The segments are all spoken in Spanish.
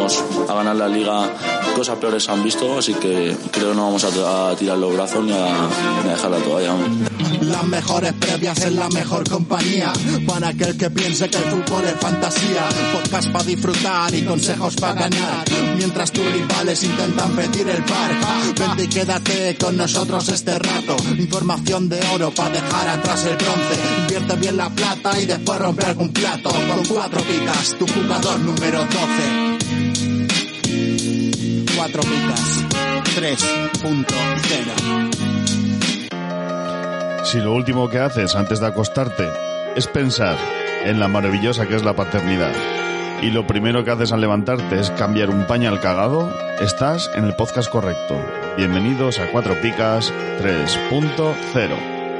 vamos a ganar la Liga, cosas peores se han visto, así que creo que no vamos a tirar los brazos ni a dejar la toalla. Las mejores previas en la mejor compañía, para aquel que piense que el fútbol es fantasía. Podcast para disfrutar y consejos para ganar, mientras tus rivales intentan pedir el par. Vente y quédate con nosotros este rato, información de oro para dejar atrás el bronce. Invierte bien la plata y después rompe algún plato. Con 4 picas, tu jugador número 12. 4 picas 3.0. Si lo último que haces antes de acostarte es pensar en la maravillosa que es la paternidad y lo primero que haces al levantarte es cambiar un pañal cagado, estás en el podcast correcto. Bienvenidos a 4 Picas 3.0.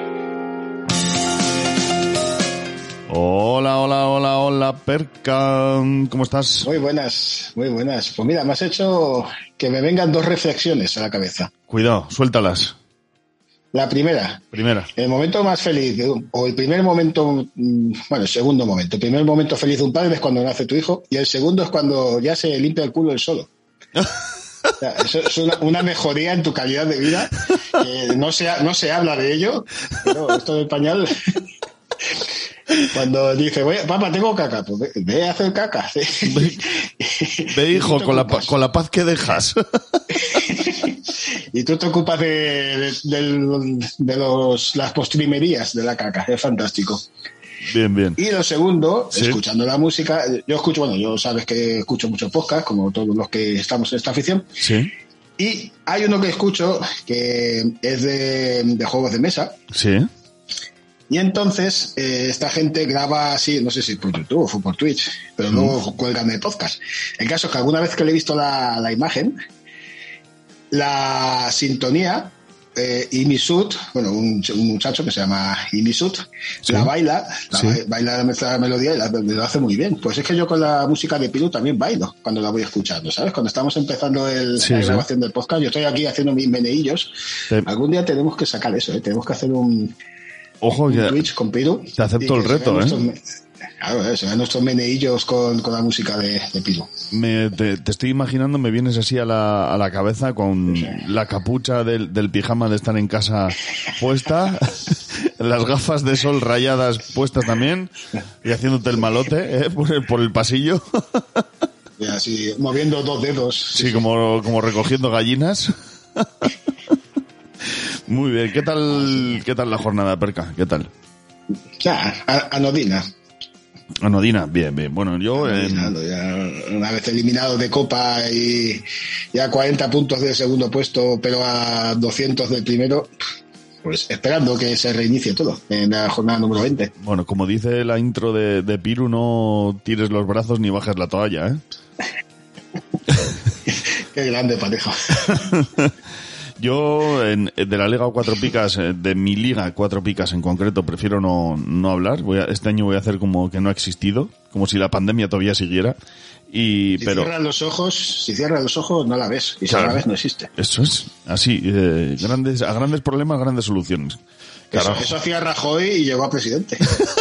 Hola, Perca. ¿Cómo estás? Muy buenas. Pues mira, me has hecho que me vengan 2 reflexiones a la cabeza. Cuidado, suéltalas. La primera. El momento más feliz, o el primer momento, bueno, el segundo momento. El primer momento feliz de un padre es cuando nace tu hijo, y el segundo es cuando ya se limpia el culo él solo. O sea, eso es una mejoría en tu calidad de vida. No se habla de ello, pero esto del pañal... Cuando dice, papá, tengo caca, pues ve a hacer caca. Ve, hijo, con la paz que dejas. Y tú te ocupas de las postrimerías de la caca. Es fantástico. Bien. Y lo segundo, ¿sí? Escuchando la música, yo sabes que escucho muchos podcasts, como todos los que estamos en esta afición. Sí. Y hay uno que escucho que es de juegos de mesa. Sí. Y entonces, esta gente graba así, no sé si por YouTube o por Twitch, pero luego cuelgan el podcast. El caso es que alguna vez que le he visto la imagen, la sintonía, Imisut, bueno, un muchacho que se llama Imisut, ¿sí? baila la melodía y lo hace muy bien. Pues es que yo con la música de Piru también bailo cuando la voy escuchando, ¿sabes? Cuando estamos empezando la grabación del podcast, yo estoy aquí haciendo mis meneillos. Sí. Algún día tenemos que sacar eso, tenemos que hacer un Twitch con Piru. Te acepto el reto, Claro, se ven nuestros meneillos con la música de Piru. Te estoy imaginando, me vienes así a la cabeza con la capucha del pijama de estar en casa puesta, las gafas de sol rayadas puestas también, y haciéndote el malote por el pasillo. Y así, moviendo 2 dedos. Sí, como recogiendo gallinas. Muy bien, ¿qué tal la jornada, Perca? ¿Qué tal? Anodina, bien. Bueno, yo... ya una vez eliminado de Copa y ya 40 puntos del segundo puesto, pero a 200 del primero, pues esperando que se reinicie todo en la jornada número 20. Bueno, como dice la intro de Piru, no tires los brazos ni bajes la toalla, ¿eh? Qué grande pareja. Yo, de la Liga 4 Picas, de mi Liga 4 Picas en concreto, prefiero no hablar. Este año voy a hacer como que no ha existido, como si la pandemia todavía siguiera. Si cierras los ojos, no la ves. Y si la ves, no existe. Eso es, así. A grandes problemas, grandes soluciones. Eso hacía Rajoy y llegó a presidente.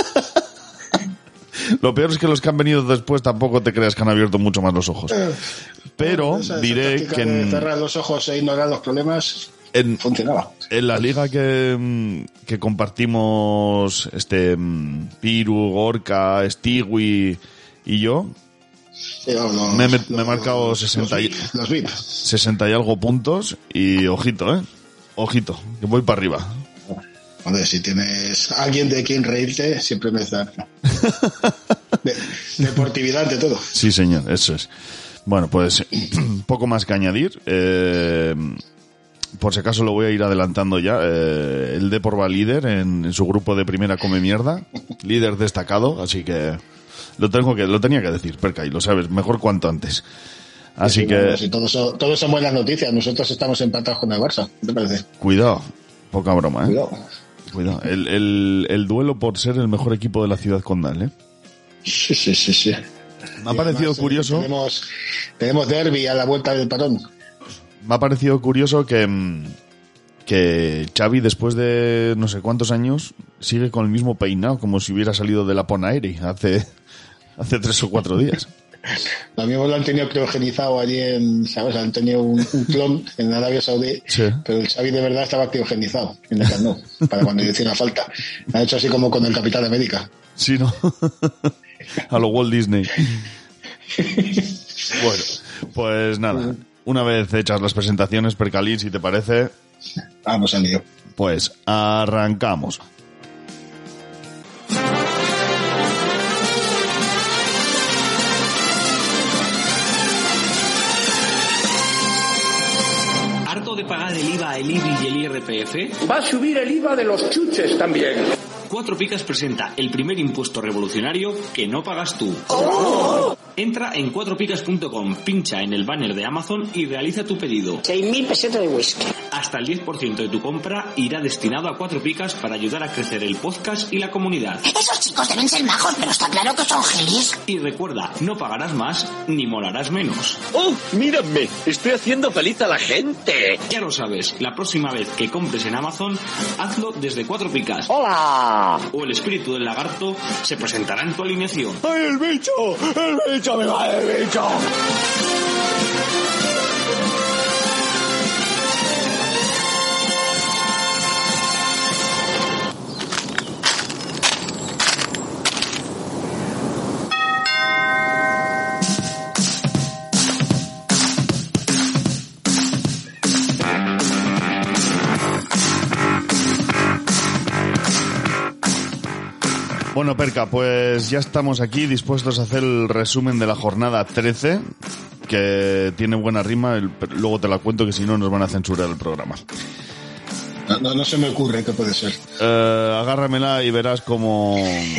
Lo peor es que los que han venido después tampoco te creas que han abierto mucho más los ojos. Pero diré que... cerrar los ojos e ignorar los problemas funcionaba. En la liga que compartimos Piru, Gorka, Stewie y yo, me he marcado 60 y algo puntos y ojito, que voy para arriba. Hombre, si tienes alguien de quien reírte, siempre me da deportividad ante todo. Sí, señor, eso es. Bueno, pues poco más que añadir. Por si acaso lo voy a ir adelantando ya. El Depor va líder en su grupo de primera come mierda. Líder destacado, así que lo tenía que decir, Perca, y lo sabes, mejor cuanto antes. Así que... Si todos son buenas noticias. Nosotros estamos empatados con el Barça. ¿Qué te parece? Cuidado. Poca broma, Cuidado. El duelo por ser el mejor equipo de la ciudad condal, ¿eh? Sí. Me ha parecido curioso. Tenemos derbi a la vuelta del parón. Me ha parecido curioso que Xavi, después de no sé cuántos años, sigue con el mismo peinado, como si hubiera salido de la Ponaeri hace 3 o 4 días. Los mismos lo han tenido criogenizado allí ¿sabes? Han tenido un clon en Arabia Saudí, sí. Pero el Xavi de verdad estaba criogenizado en el Camp Nou, para cuando le hiciera falta. Han hecho así como con el Capitán América. Sí, ¿no? A lo Walt Disney. Bueno, pues nada. Una vez hechas las presentaciones, Percalín, si te parece... Vamos al lío. Pues arrancamos. ¿Harto de pagar el IVA, el IBI y el IRPF? Va a subir el IVA de los chuches también. Cuatro Picas presenta el primer impuesto revolucionario que no pagas tú. ¡Oh! Entra en cuatropicas.com, pincha en el banner de Amazon y realiza tu pedido. 6.000 pesetas de whisky. Hasta el 10% de tu compra irá destinado a Cuatro Picas para ayudar a crecer el podcast y la comunidad. Esos chicos deben ser majos, pero está claro que son gelis. Y recuerda, no pagarás más ni molarás menos. ¡Oh, mírenme! ¡Estoy haciendo feliz a la gente! Ya lo sabes, la próxima vez que compres en Amazon, hazlo desde Cuatro Picas. ¡Hola! O el espíritu del lagarto se presentará en tu alineación. ¡Ay, el bicho! ¡El bicho! ¡Me va el bicho! Bueno, Perca, pues ya estamos aquí dispuestos a hacer el resumen de la jornada 13, que tiene buena rima, luego te la cuento que si no nos van a censurar el programa. No se me ocurre qué puede ser. Agárramela y verás cómo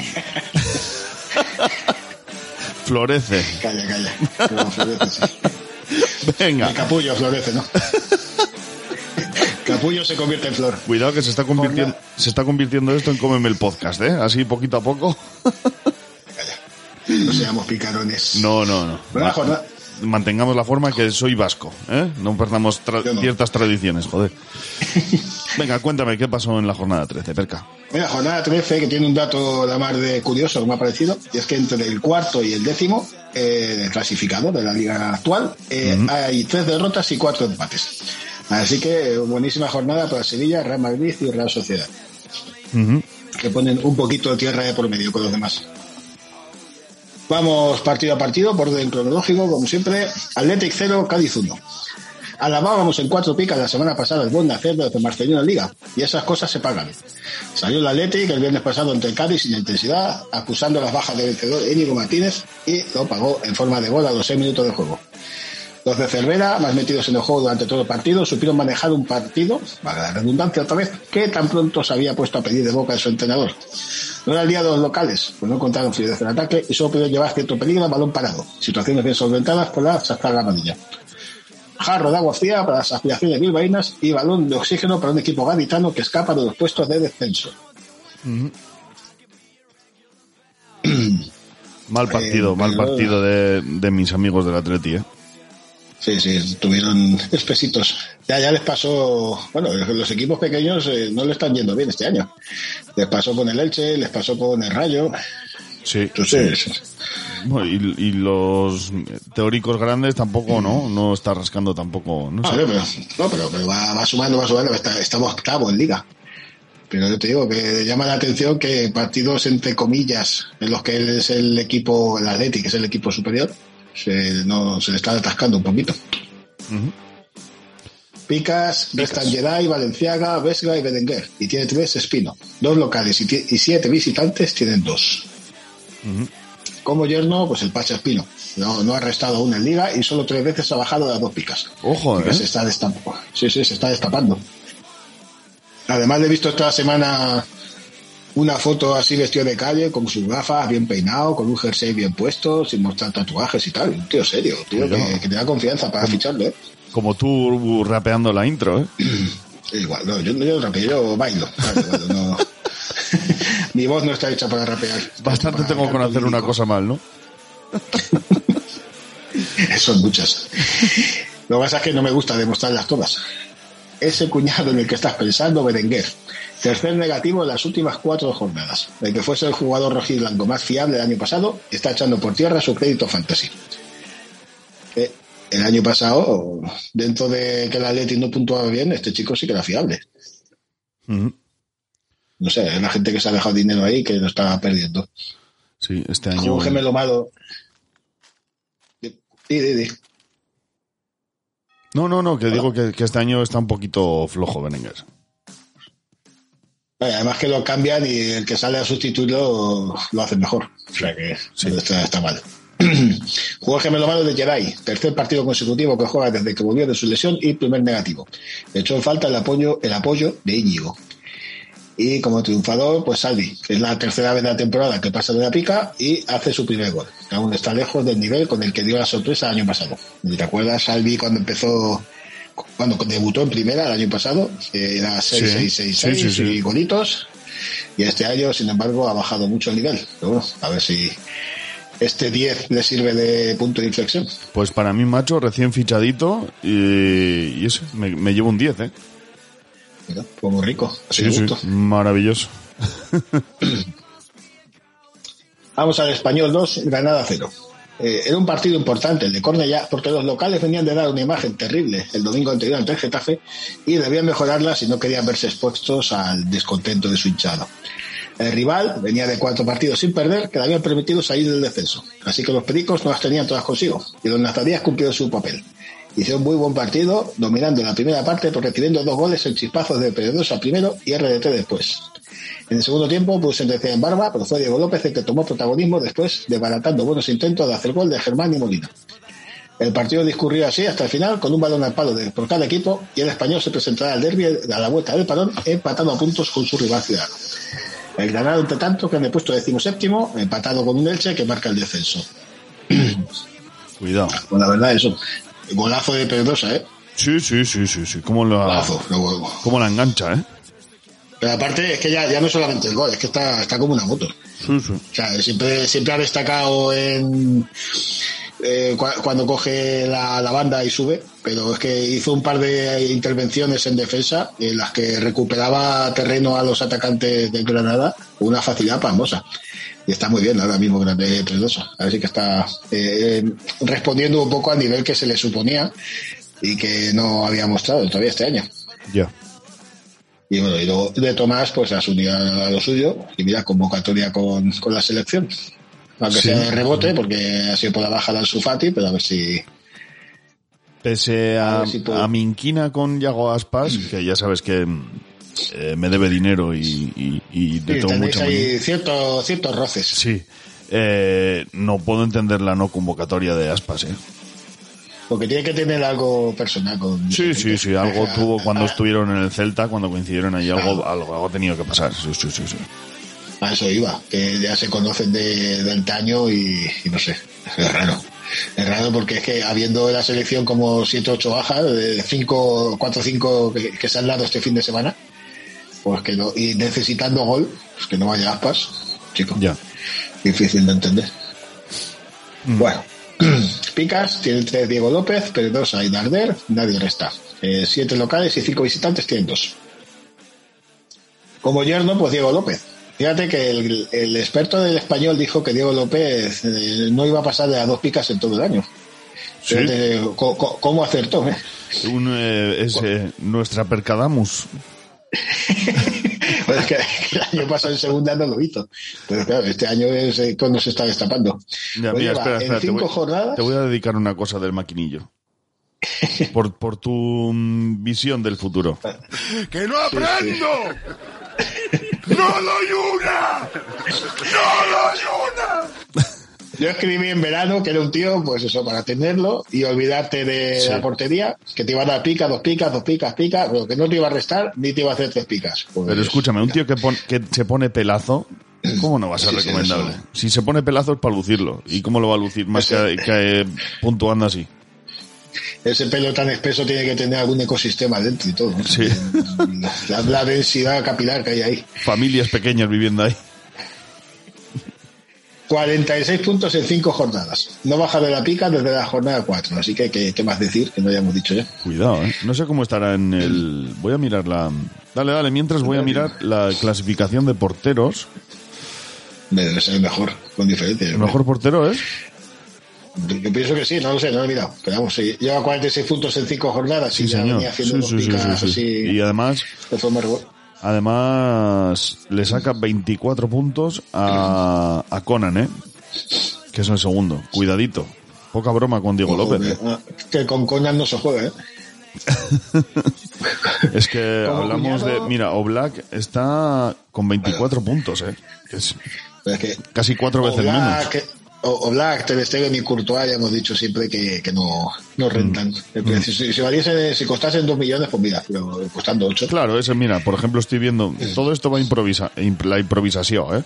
florece. Calla. No, florece, sí. Venga. El capullo florece, ¿no? Capullo se convierte en flor. Cuidado que se está convirtiendo esto en cómeme el podcast, ¿eh? Así poquito a poco. Calla. No seamos picarones. No. Buena jornada. Mantengamos la forma que soy vasco, ¿eh? No perdamos ciertas tradiciones, joder. Venga, cuéntame, ¿qué pasó en la jornada 13, Perca? Mira, jornada 13, que tiene un dato la más de curioso que me ha parecido, y es que entre el cuarto y el décimo clasificado de la liga actual, hay 3 derrotas y 4 empates. Así que buenísima jornada para Sevilla, Real Madrid y Real Sociedad. Que ponen un poquito de tierra de por medio con los demás. Vamos partido a partido, por orden cronológico, como siempre. Athletic 0, Cádiz 1. Alabábamos en Cuatro Picas la semana pasada el buen nacer de Marcelino en Liga, y esas cosas se pagan. Salió el Athletic el viernes pasado ante el Cádiz sin intensidad, acusando las bajas del vencedor Íñigo Martínez, y lo pagó en forma de gol a los 6 minutos de juego. Los de Cervera, más metidos en el juego durante todo el partido, supieron manejar un partido, valga la redundancia otra vez, que tan pronto se había puesto a pedir de boca de su entrenador. No era el día de los locales, pues no encontraron fluidez en el ataque y solo pudieron llevar cierto peligro al balón parado, situaciones bien solventadas por la zarzada amarilla. Jarro de agua fría para las aspiraciones bilbaínas y balón de oxígeno para un equipo gaditano que escapa de los puestos de descenso. Mal partido de mis amigos del Atleti, ¿eh? Sí, tuvieron espesitos. Ya les pasó, bueno, los equipos pequeños no le están yendo bien este año. Les pasó con el Elche, les pasó con el Rayo. Sí. Entonces, bueno, y los teóricos grandes tampoco, no está rascando tampoco. No sé. Pero va sumando. Estamos octavo en Liga. Pero yo te digo que llama la atención que partidos entre comillas en los que es el equipo, el Athletic, que es el equipo superior, se le está atascando un poquito. Picas, Vestan Jedi, Valenciaga, Vesga y Berenguer. Y tiene 3 Espino. 2 locales y 7 visitantes tienen 2. Como yerno, pues el Pacha Espino. No ha restado aún en Liga y solo 3 veces ha bajado de las 2 picas. Ojo, se está destapando. Sí, se está destapando. Además, le he visto esta semana una foto así vestido de calle, con sus gafas, bien peinado, con un jersey bien puesto, sin mostrar tatuajes y tal. Un tío serio, tío, que te da confianza para ficharlo, ¿eh? Como tú rapeando la intro, ¿eh? Igual, no, yo rapeo, yo bailo. Claro, no. Mi voz no está hecha para rapear. Bastante tengo con hacer una cosa mal, ¿no? Son muchas. Lo que pasa es que no me gusta demostrarlas todas. Ese cuñado en el que estás pensando, Berenguer, Tercer negativo en las últimas 4 jornadas. El que fuese el jugador rojiblanco más fiable el año pasado está echando por tierra su crédito fantasy. El año pasado, dentro de que el Atleti no puntuaba bien, este chico sí que era fiable. Uh-huh. No sé, es la gente que se ha dejado dinero ahí que lo está perdiendo. Sí, este año... Un gemelo malo. Di. No, que digo que este año está un poquito flojo Berenguer. Además que lo cambian y el que sale a sustituirlo lo hace mejor. O sea que sí. Está mal. Jugó el gemelo malo de Jedi, tercer partido consecutivo que juega desde que volvió de su lesión y primer negativo. Le echó en falta el apoyo de Íñigo. Y como triunfador, pues Salvi, que es la tercera vez de la temporada que pasa de la pica y hace su primer gol. Aún está lejos del nivel con el que dio la sorpresa el año pasado. ¿Te acuerdas, Salvi, cuando debutó en primera el año pasado? Era 6-6-6-6 y golitos. Y este año, sin embargo, ha bajado mucho el nivel. Pero bueno, a ver si este 10 le sirve de punto de inflexión. Pues para mí, macho, recién fichadito y eso, me llevo un 10, ¿eh? Mira, pues muy rico. Sí, maravilloso. Vamos al Español 2, Granada 0. Era un partido importante, el de Cornellá, porque los locales venían de dar una imagen terrible el domingo anterior ante el Getafe y debían mejorarla si no querían verse expuestos al descontento de su hinchada. El rival venía de 4 partidos sin perder que le habían permitido salir del descenso, así que los pericos no las tenían todas consigo y los nazaríes cumplieron su papel. Hicieron un muy buen partido, dominando la primera parte por recibiendo 2 goles en chispazos de Pedrosa primero y RDT después. En el segundo tiempo pudo sentenciar en barba, pero fue Diego López el que tomó protagonismo después, desbaratando buenos intentos de hacer gol de Germán y Molina. El partido discurrió así hasta el final, con un balón al palo por cada equipo, y el Español se presentará al derbi a la vuelta del parón, empatado a puntos con su rival ciudadano. El Granada, entre tanto, que en el puesto 17º, empatado con un Elche que marca el descenso. Cuidado. Pues la verdad, eso. Golazo de Pedrosa, ¿eh? Sí. ¿Cómo la engancha, eh? Pero aparte es que ya no es solamente el gol, es que está como una moto. Sí. O sea, siempre ha destacado en cuando coge la banda y sube, pero es que hizo un par de intervenciones en defensa en las que recuperaba terreno a los atacantes de Granada con una facilidad pasmosa. Y está muy bien ahora mismo Grande Pedrosa. A ver si que está respondiendo un poco al nivel que se le suponía y que no había mostrado todavía este año. Ya. Y bueno, y luego de Tomás, pues a su unidad a lo suyo, y mira, convocatoria con la selección. Aunque sea de rebote, porque ha sido por la baja de Ansu Fati, pero a ver si... Pese a Minquina con Yago Aspas, que ya sabes que me debe dinero y de todo mucho. Hay ciertos roces. Sí. No puedo entender la no convocatoria de Aspas, Porque tiene que tener algo personal con... Sí, algo tuvo cuando estuvieron en el Celta, cuando coincidieron ahí, algo ha tenido que pasar, sí. A eso iba, que ya se conocen de antaño y no sé, es raro. Es raro porque es que habiendo en la selección como 7 o 8 bajas, de 4 o 5 que se han dado este fin de semana, pues que no, y necesitando gol, pues que no vaya Aspas, chico. Ya. Difícil de entender. Bueno. Picas, tienen 3 Diego López, Pedrosa y Darder, nadie resta. 7 locales y 5 visitantes tienen 2. Como yerno, pues Diego López. Fíjate que el experto del Español dijo que Diego López no iba a pasar de a 2 picas en todo el año. ¿Sí? ¿Cómo acertó? Nuestra Percadamus. Pues es que el año pasado en segunda no lo hizo. Pero claro, este año es cuando se está destapando. Ya, pues mira, espera, jornadas... te voy a dedicar una cosa del maquinillo. por tu visión del futuro. ¡Que no aprendo! ¡No doy una! Yo escribí en verano que era un tío, pues eso, para tenerlo y olvidarte de la portería, que te iba a dar 2 picas, pero que no te iba a restar ni te iba a hacer 3 picas. Pues, pero escúchame, un tío que se pone pelazo, ¿cómo no va a ser recomendable? Si se pone pelazo es para lucirlo. ¿Y cómo lo va a lucir más que puntuando así? Ese pelo tan espeso tiene que tener algún ecosistema dentro y todo, ¿no? Sí. La densidad capilar que hay ahí. Familias pequeñas viviendo ahí. 46 puntos en 5 jornadas. No baja de la pica desde la jornada 4. Así que, ¿qué más decir? Que no hayamos dicho ya. Cuidado, ¿eh? No sé cómo estará en el... Voy a mirar la... Dale, mientras voy a mirar la clasificación de porteros. Debe ser el mejor, con diferencia. ¿El mejor portero es? Yo pienso que sí, no lo sé, no lo he mirado. Pero vamos, sí, lleva 46 puntos en 5 jornadas. Sí, y ya señor. venía haciendo picas así. Y además... Además, le saca 24 puntos a Conan, ¿eh? Que es el segundo. Cuidadito. Poca broma con Diego López. Que con Conan no se juega, ¿eh? Es que hablamos de... Mira, Oblak está con 24 puntos, ¿eh? Es que casi 4 veces menos. Oblak, Ter Stegen y Courtois ya hemos dicho siempre que no rentan. Si costasen 2 millones, pues mira, pero costando 8. Claro, mira, por ejemplo, estoy viendo... Todo esto va la improvisación,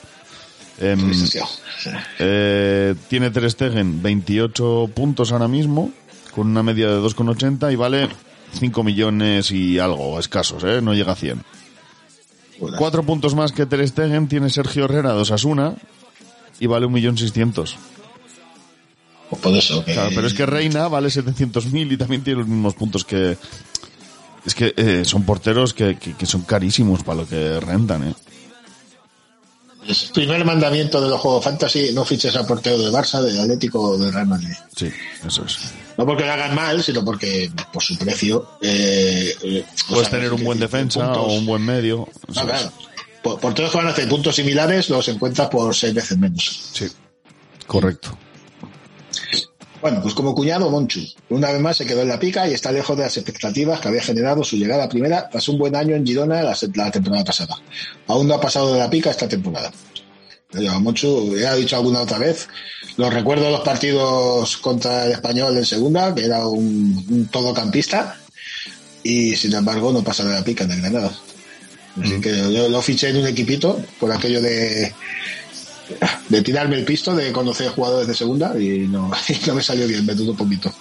tiene Ter Stegen 28 puntos ahora mismo, con una media de 2,80 y vale 5 millones y algo, escasos, no llega a 100. 4 puntos más que Ter Stegen tiene Sergio Herrera de Osasuna y vale 1.600.000. Pues por eso. Claro, pero es que Reina vale 700.000 y también tiene los mismos puntos que... Es que son porteros que son carísimos para lo que rentan, El primer mandamiento de los juegos fantasy: no fiches a portero del Barça, del Atlético o del Real Madrid. Sí, eso es. No porque lo hagan mal, sino porque por su precio puedes tener un buen defensa o un buen medio. No, claro. Porteros que van a hacer puntos similares los encuentras por 6 veces menos. Sí, correcto. Bueno, pues como cuñado, Monchu una vez más se quedó en la pica y está lejos de las expectativas que había generado su llegada a primera tras un buen año en Girona la temporada pasada. Aún no ha pasado de la pica esta temporada. Pero Monchu, ya he dicho alguna otra vez, los recuerdo de los partidos contra el Español en segunda, que era un todocampista, y sin embargo no pasa de la pica en el Granada. Así que yo lo fiché en un equipito por aquello de tirarme el pisto, de conocer jugadores de segunda, y no me salió bien, me dudó un poquito.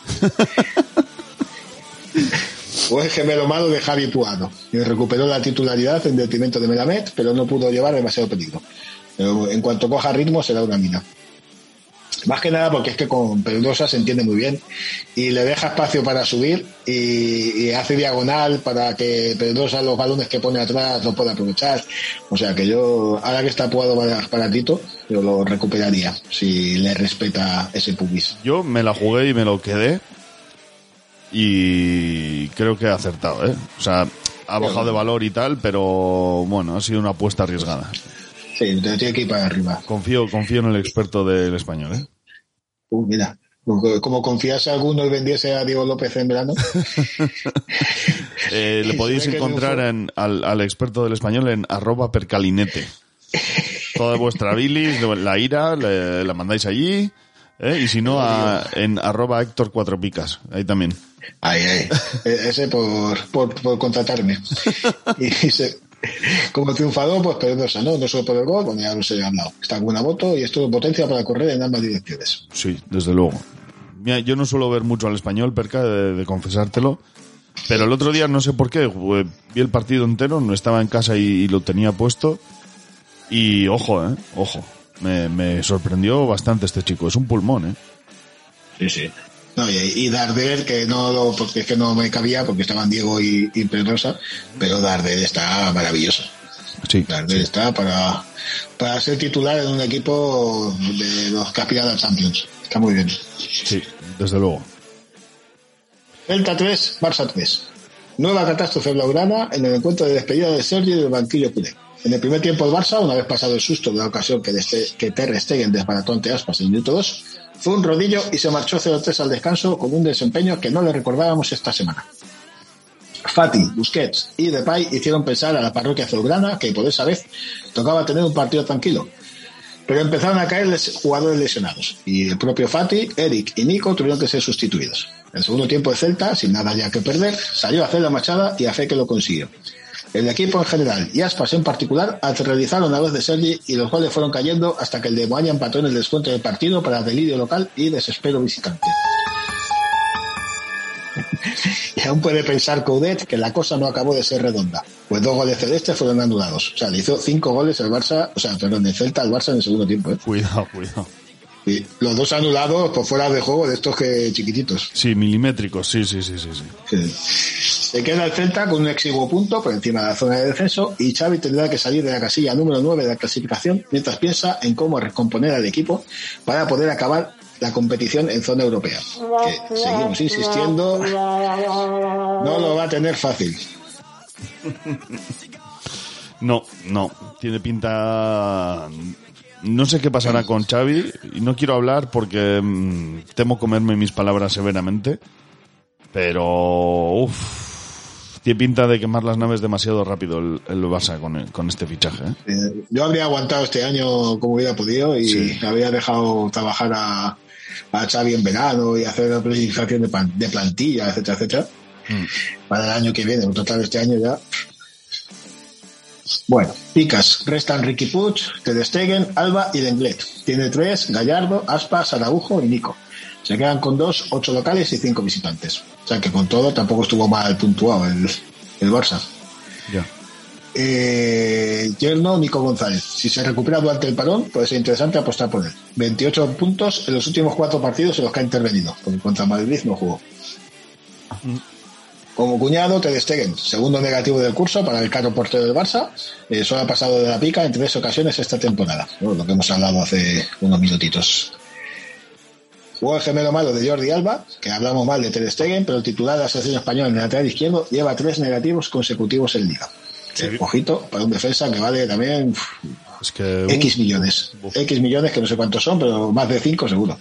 Fue el gemelo malo de Javi Puado, y recuperó la titularidad en detrimento de Melamed, pero no pudo llevar demasiado peligro. Pero en cuanto coja ritmo será una mina. Más que nada porque es que con Pedrosa se entiende muy bien y le deja espacio para subir y hace diagonal para que Pedrosa los balones que pone atrás lo pueda aprovechar. O sea que yo, ahora que está Puado baratito, yo lo recuperaría si le respeta ese pubis. Yo me la jugué y me lo quedé y creo que he acertado, ¿eh? O sea, ha bajado de valor y tal, pero bueno, ha sido una apuesta arriesgada. Sí, te tiene que ir para arriba. Confío en el experto del Español, ¿eh? Mira, como confiase alguno y vendiese a Diego López en verano. Le podéis encontrar al experto del Español en @percalinete. Toda vuestra bilis, la ira, la mandáis allí, y si no, en @Héctor4Picas. Ahí también. Ahí. Ese por contratarme. Como triunfador, pues Pedrosa, no solo por el gol, bueno, ya lo he hablado. Está con una moto y es todo potencia para correr en ambas direcciones. Sí, desde luego. Mira, yo no suelo ver mucho al Español, Perca, de confesártelo, pero el otro día no sé por qué, vi el partido entero, no estaba en casa y lo tenía puesto, y ojo, me sorprendió bastante este chico, es un pulmón, Sí. No, y Darder, que porque es que no me cabía, porque estaban Diego y Pedrosa, pero Darder está maravilloso. Sí. Darder está para ser titular en un equipo de los que aspiran a Champions. Está muy bien. Sí, desde luego. Celta 3, Barça 3. Nueva catástrofe blaugrana en el encuentro de despedida de Sergi del banquillo culé. En el primer tiempo el Barça, una vez pasado el susto de la ocasión que Ter Stegen desbarató ante Aspas en el minuto 2, fue un rodillo y se marchó 0-3 al descanso con un desempeño que no le recordábamos esta semana. Fati, Busquets y Depay hicieron pensar a la parroquia azulgrana que por esa vez tocaba tener un partido tranquilo. Pero empezaron a caer jugadores lesionados y el propio Fati, Eric y Nico tuvieron que ser sustituidos. El segundo tiempo de Celta, sin nada ya que perder, salió a hacer la machada y a fe que lo consiguió. El equipo en general y Aspas en particular aterrorizaron a los de Sergi y los goles fueron cayendo hasta que el de Moaña empató en el descuento del partido para delirio local y desespero visitante. Y aún puede pensar Coudet que la cosa no acabó de ser redonda, pues 2 goles celestes fueron anulados. O sea, le hizo 5 goles el Barça, el Celta al Barça en el segundo tiempo. Cuidado. Y los 2 anulados por fuera de juego de estos que chiquititos. Sí, milimétricos, sí. Se queda el Celta con un exiguo punto por encima de la zona de descenso y Xavi tendrá que salir de la casilla número 9 de la clasificación mientras piensa en cómo recomponer al equipo para poder acabar la competición en zona europea. Que seguimos insistiendo, no lo va a tener fácil. No, tiene pinta... No sé qué pasará con Xavi y no quiero hablar porque temo comerme mis palabras severamente, pero tiene pinta de quemar las naves demasiado rápido el Barça con este fichaje. Yo habría aguantado este año como hubiera podido y habría dejado trabajar a Xavi en verano y hacer la planificación de plantilla, etcétera, para el año que viene. En total este año ya... Bueno, picas. Restan Riqui Puig, Ter Stegen, Alba y Lenglet. Tiene 3, Gallardo, Aspas, Araujo y Nico. Se quedan con 2, 8 locales y 5 visitantes. O sea que con todo tampoco estuvo mal puntuado el Barça. Ya. Yerno, Nico González. Si se recupera durante el parón, puede ser interesante apostar por él. 28 puntos en los últimos 4 partidos en los que ha intervenido, porque contra Madrid no jugó. Como cuñado, Ter Stegen, segundo negativo del curso para el caro portero del Barça. Solo ha pasado de la pica en 3 ocasiones esta temporada, ¿no? Lo que hemos hablado hace unos minutitos. Jugó el gemelo malo de Jordi Alba, que hablamos mal de Ter Stegen, pero el titular de la selección española en el lateral izquierdo lleva 3 negativos consecutivos en Liga. Sí. Ojito, para un defensa que vale también es que, X millones. X millones que no sé cuántos son, pero más de 5 seguro.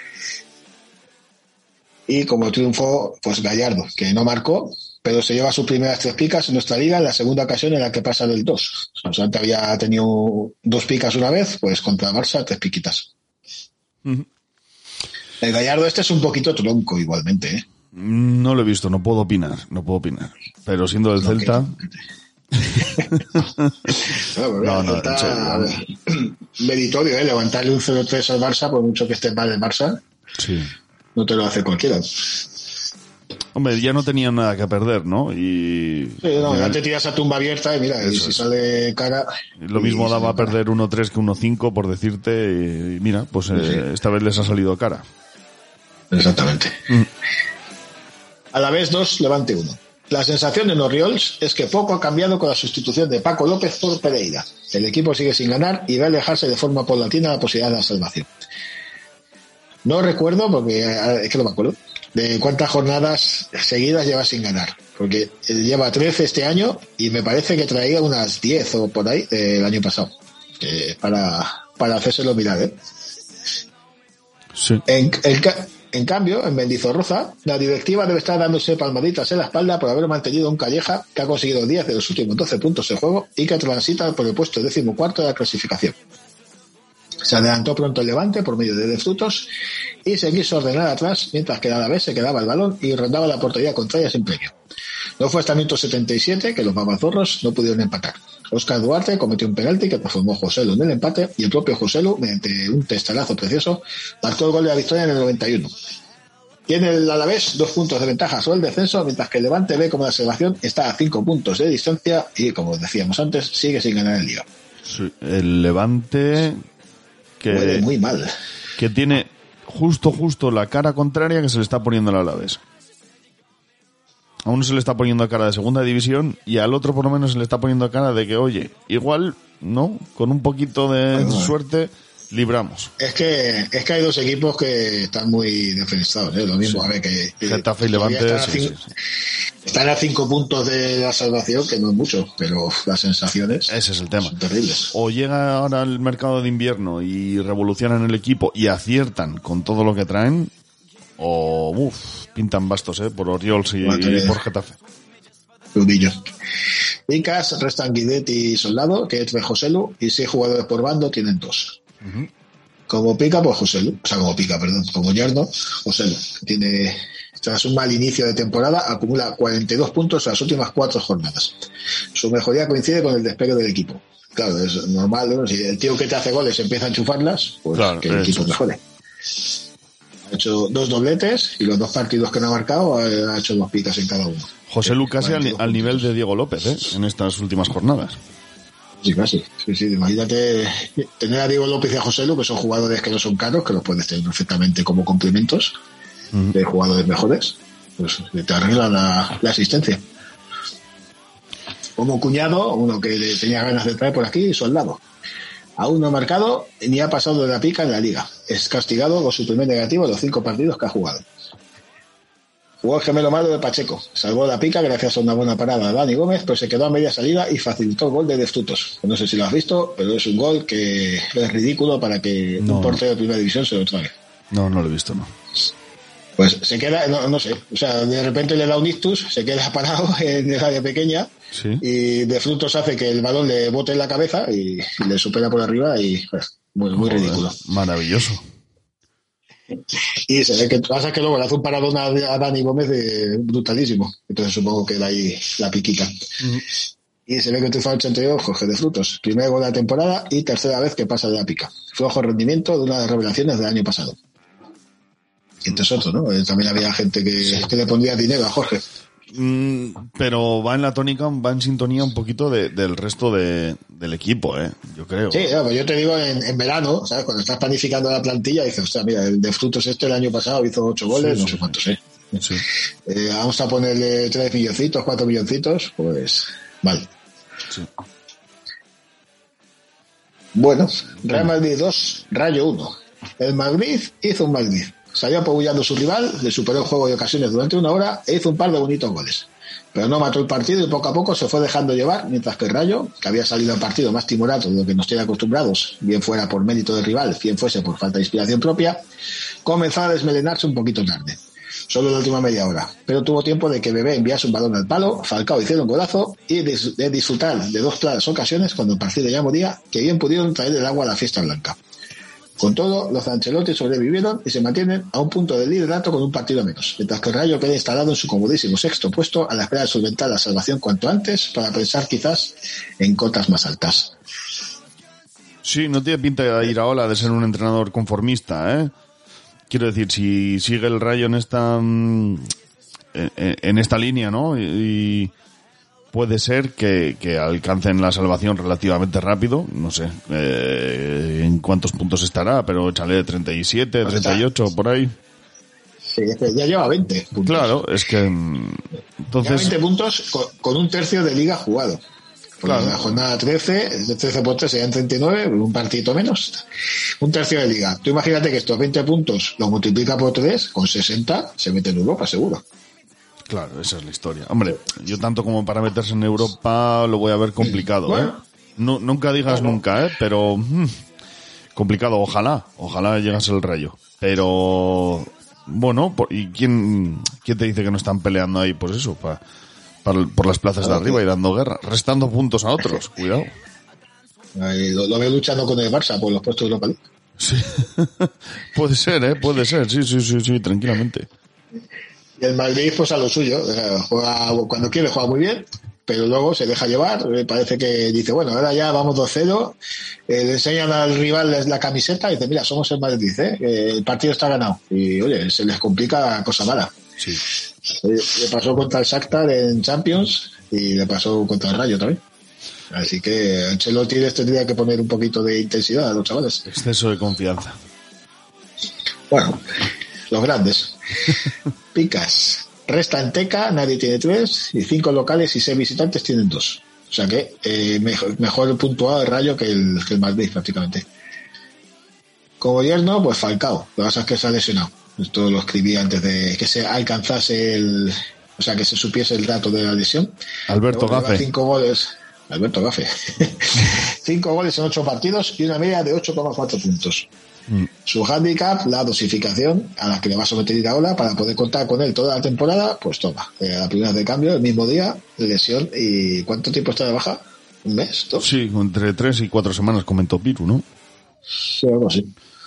Y como triunfo, pues Gallardo, que no marcó, pero se lleva sus primeras 3 picas en nuestra liga en la segunda ocasión en la que pasa del 2. O sea, antes había tenido 2 picas una vez, pues contra Barça 3 piquitas. El Gallardo este es un poquito tronco igualmente, ¿eh? No lo he visto, no puedo opinar. Pero siendo del Celta... meritorio, levantarle un 0-3 al Barça por mucho que esté mal el Barça. Sí. No te lo hace cualquiera. Hombre, ya no tenía nada que perder, ¿no? Y ya te tiras a tumba abierta y mira, y si sale cara... Lo mismo daba a perder 1-3 que 1-5, por decirte, y mira, pues esta vez les ha salido cara. Exactamente. A la vez 2, Levante 1. La sensación en Oriols es que poco ha cambiado con la sustitución de Paco López por Pereira. El equipo sigue sin ganar y va a alejarse de forma paulatina la posibilidad de la salvación. No recuerdo, porque es que no me acuerdo, de cuántas jornadas seguidas lleva sin ganar. Porque lleva 13 este año y me parece que traía unas 10 o por ahí el año pasado. Para hacérselo mirar, ¿eh? Sí. En cambio, en Mendizorroza, la directiva debe estar dándose palmaditas en la espalda por haber mantenido un Calleja que ha conseguido 10 de los últimos 12 puntos de juego y que transita por el puesto 14º de la clasificación. Se adelantó pronto el Levante por medio de frutos y se quiso ordenar atrás mientras que a vez se quedaba el balón y rondaba la portería contraria sin premio. No fue hasta el minuto 77 que los babazorros no pudieron empatar. Óscar Duarte cometió un penalti que transformó Joselu en el empate y el propio Joselu, mediante un testarazo precioso, marcó el gol de la victoria en el 91. Tiene el Alavés 2 puntos de ventaja sobre el descenso, mientras que el Levante ve como la salvación está a 5 puntos de distancia y, como decíamos antes, sigue sin ganar el Liga. Sí, el Levante... que huele muy mal. Que tiene justo la cara contraria que se le está poniendo al Alavés. A uno se le está poniendo cara de segunda división y al otro por lo menos se le está poniendo cara de que, oye, igual, ¿no? Con un poquito de suerte libramos. Es que hay 2 equipos que están muy defenestrados, ¿eh? Lo mismo, sí. A ver, que Getafe y Levante están a 5 puntos de la salvación, que no es mucho, pero las sensaciones ese es el tema. Son terribles. O llega ahora el mercado de invierno y revolucionan el equipo y aciertan con todo lo que traen, o pintan bastos, por Oriols y por Getafe. Crudillo. Vicas, restan Guidet y Soldado, que es de Joselu, y 6 jugadores por bando tienen 2. Uh-huh. Como pica, pues Joselu, como Yerno, Joselu, que tiene, tras un mal inicio de temporada, acumula 42 puntos en las últimas 4 jornadas. Su mejoría coincide con el despegue del equipo. Claro, es normal, ¿no? Si el tío que te hace goles empieza a enchufarlas, pues claro, que el equipo mejore. Ha hecho 2 dobletes y los 2 partidos que no ha marcado ha hecho 2 picas en cada uno. José Lu casi al nivel de Diego López, en estas últimas jornadas. Sí, casi. Sí, imagínate tener a Diego López y a José Lu, que son jugadores que no son caros, que los puedes tener perfectamente como complementos de jugadores mejores. Pues te arregla la asistencia. Como cuñado, uno que tenía ganas de traer por aquí, Soldado. Aún no ha marcado ni ha pasado de la pica en la liga. Es castigado con su primer negativo de los 5 partidos que ha jugado. Jugó el gemelo malo de Pacheco. Salvó la pica gracias a una buena parada de Dani Gómez, pero se quedó a media salida y facilitó el gol de Frutos. No sé si lo has visto, pero es un gol que es ridículo para que un portero de primera división se lo trague. No lo he visto, no. Pues se queda, no sé, o sea, de repente le da un ictus, se queda parado en el área pequeña, ¿sí? Y de Frutos hace que el balón le bote en la cabeza y le supera por arriba y pues, muy ridículo. Maravilloso. Y se ve que pasa que luego le hace un paradón a Dani Gómez brutalísimo. Entonces supongo que da ahí la piquita. Y se ve que triunfa el 82 Jorge de Frutos. Primer gol de la temporada y tercera vez que pasa de la pica. Flojo rendimiento de una de las revelaciones del año pasado. Y entonces otro, ¿no? También había gente que le pondría dinero a Jorge. Pero va en la tónica, va en sintonía un poquito del resto del equipo, yo creo. Sí, pues yo te digo en verano, ¿sabes? Cuando estás planificando la plantilla, dices, ostras, mira, el de Frutos el año pasado hizo 8 goles, no sé cuántos, Sí. Vamos a ponerle 3 milloncitos, 4 milloncitos, pues vale. Sí. Bueno, Real Madrid 2, Rayo 1. El Madrid hizo un Madrid. Salió apobullando a su rival, le superó el juego de ocasiones durante 1 hora e hizo un par de bonitos goles. Pero no mató el partido y poco a poco se fue dejando llevar, mientras que el Rayo, que había salido al partido más timorato de lo que nos tiene acostumbrados, bien fuera por mérito del rival, bien fuese por falta de inspiración propia, comenzó a desmelenarse un poquito tarde. Solo en la última media hora. Pero tuvo tiempo de que Bebé enviase un balón al palo, Falcao hiciera un golazo y de disfrutar de 2 claras ocasiones cuando el partido ya moría, que bien pudieron traer el agua a la fiesta blanca. Con todo, los Ancelotti sobrevivieron y se mantienen a un punto de liderato con un partido menos, mientras que el Rayo queda instalado en su comodísimo 6º puesto a la espera de solventar la salvación cuanto antes para pensar quizás en cotas más altas. Sí, no tiene pinta de Iraola de ser un entrenador conformista, Quiero decir, si sigue el Rayo en esta línea, ¿no? Y puede ser que alcancen la salvación relativamente rápido, no sé en cuántos puntos estará, pero échale 37, 38, por ahí. Sí, ya lleva 20 puntos. Claro, es que entonces... Ya 20 puntos con un tercio de liga jugado. Claro. La jornada 13 por 3 serían 39, un partidito menos. Un tercio de liga. Tú imagínate que estos 20 puntos los multiplica por 3, con 60 se mete en Europa, seguro. Claro, esa es la historia. Hombre, yo tanto como para meterse en Europa lo voy a ver complicado, bueno, No, nunca digas nunca, pero complicado. Ojalá llegase el Rayo. Pero bueno, ¿y quién te dice que no están peleando ahí? Pues eso, por las plazas de arriba y dando guerra, restando puntos a otros. Cuidado. Lo veo luchando con el Barça por los puestos de Europa League. Sí. Puede ser, puede ser. Sí, tranquilamente. Y el Madrid pues a lo suyo, juega cuando quiere, juega muy bien, pero luego se deja llevar, parece que dice, bueno, ahora ya vamos 2-0, le enseñan al rival la camiseta y dice, mira, somos el Madrid, el partido está ganado, y oye, se les complica cosa mala. Sí. Le pasó contra el Shakhtar en Champions y le pasó contra el Rayo también. Así que Ancelotti les tendría que poner un poquito de intensidad a los chavales. Exceso de confianza. Bueno, los grandes. Picas. Resta en Teca, nadie tiene 3, y 5 locales y 6 visitantes tienen 2. O sea que mejor puntuado el Rayo que el Madrid prácticamente. Como yerno, pues Falcao. Lo que pasa es que se ha lesionado. Esto lo escribí antes de que se alcanzase o sea, que se supiese el dato de la lesión. Alberto Gafe. 5 goles. Alberto Gafe. 5 goles en 8 partidos y una media de 8,4 puntos. Su hándicap, la dosificación a la que le va a someter Iraola para poder contar con él toda la temporada, pues toma, la primera de cambio, el mismo día, lesión. ¿Y cuánto tiempo está de baja? ¿Un mes? ¿Todo? Sí, entre 3 y 4 semanas comentó Piru, ¿no? Sí, algo así.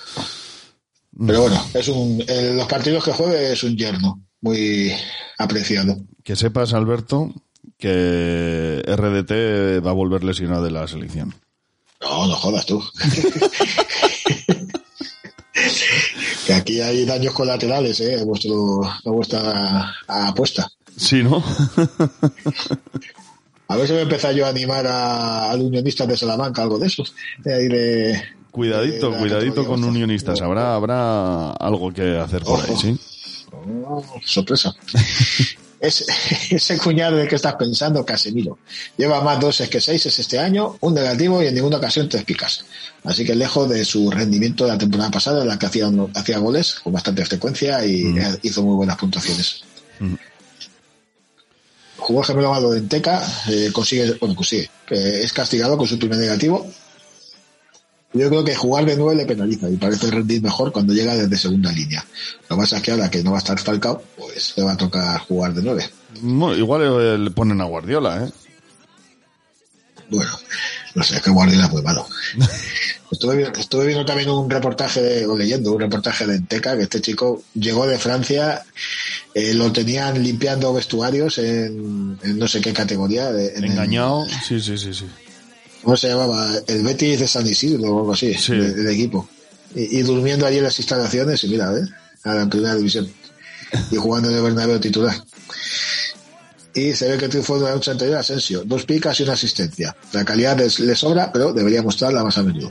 Pero bueno, los partidos que juegue es un yerno muy apreciado. Que sepas, Alberto, que RDT va a volver lesionado de la selección. No jodas tú. Que aquí Y hay daños colaterales, a vuestra apuesta. Sí, ¿no? A ver si me empezar yo a animar a los unionistas de Salamanca, algo de eso. Cuidadito con unionistas. Habrá algo que hacer por ahí, ¿sí? Sorpresa. Ese cuñado de que estás pensando, Casemiro. Lleva más 2 que 6 este año, un negativo y en ninguna ocasión 3 picas. Así que lejos de su rendimiento de la temporada pasada, en la que hacía goles con bastante frecuencia y hizo muy buenas puntuaciones. Jugó el gemelo malo de Enteca, consigue, es castigado con su primer negativo. Yo creo que jugar de 9 le penaliza y parece rendir mejor cuando llega desde segunda línea. Lo que pasa es que ahora que no va a estar Falcao, pues le va a tocar jugar de 9. No, igual le ponen a Guardiola, ¿eh? Bueno, no sé, es que Guardiola es muy malo. Estuve viendo también leyendo un reportaje de Enteca, que este chico llegó de Francia, lo tenían limpiando vestuarios en no sé qué categoría. Engañado, sí. ¿Cómo se llamaba? El Betis de San Isidro o algo así, sí. del equipo. Y durmiendo allí en las instalaciones, y mira, a la primera división. Y jugando en el Bernabéu titular. Y se ve que triunfó de la noche anterior Asensio. 2 picas y 1 asistencia. La calidad le sobra, pero debería mostrarla más a menudo.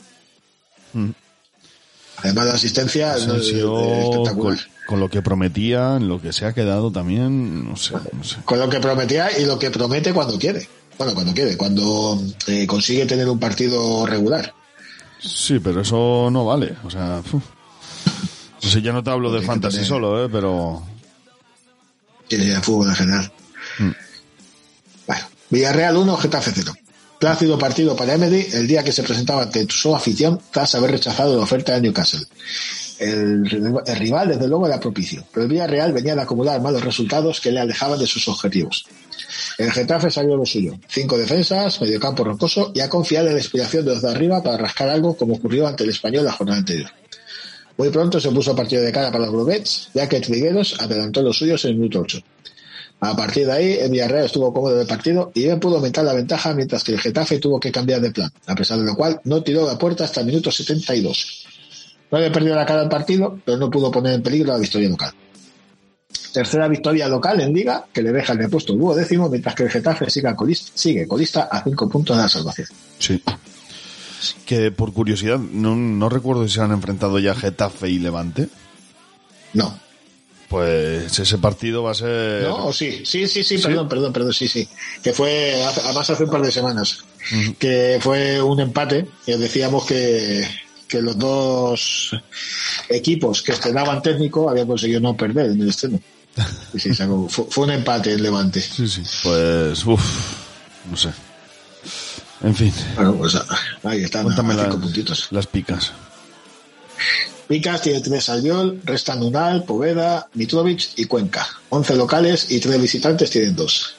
Además, la asistencia Asensio, es espectacular. Con lo que prometía, en lo que se ha quedado también, no sé. Con lo que prometía y lo que promete cuando quiere. Bueno, cuando consigue tener un partido regular. Sí, pero eso no vale. O sea, no sé, ya no te hablo de fantasy solo, pero... Sí, de fútbol en general. Bueno, Villarreal 1, Getafe 0. Plácido partido para Emery el día que se presentaba ante su afición tras haber rechazado la oferta de Newcastle. El rival, desde luego, era propicio, pero el Villarreal venía de acumular malos resultados que le alejaban de sus objetivos. El Getafe salió lo suyo. 5 defensas, mediocampo rocoso y a confiar en la inspiración de los de arriba para rascar algo como ocurrió ante el Español la jornada anterior. Muy pronto se puso partido de cara para los Globets, ya que Trigueros adelantó los suyos en el minuto 8. A partir de ahí, el Villarreal estuvo cómodo del partido y bien pudo aumentar la ventaja, mientras que el Getafe tuvo que cambiar de plan, a pesar de lo cual no tiró la puerta hasta el minuto 72. No había perdido la cara al partido, pero no pudo poner en peligro la victoria local. Tercera victoria local en Liga, que le deja en el puesto 12º, mientras que el Getafe sigue colista a 5 puntos de la salvación. Sí. Que por curiosidad, no recuerdo si se han enfrentado ya Getafe y Levante. No. Pues ese partido va a ser... No, sí, perdón, sí. Que fue, además hace un par de semanas, que fue un empate, y decíamos que los dos equipos que estrenaban técnico habían conseguido no perder en el estreno. Sí, fue un empate en Levante. Sí, pues, no sé. En fin. Bueno, pues ahí están. Cuéntame 5 puntitos. Las picas. Picas tiene 3 Albiol, restan Unal, Poveda, Mitrovic y Cuenca. 11 locales y 3 visitantes tienen 2.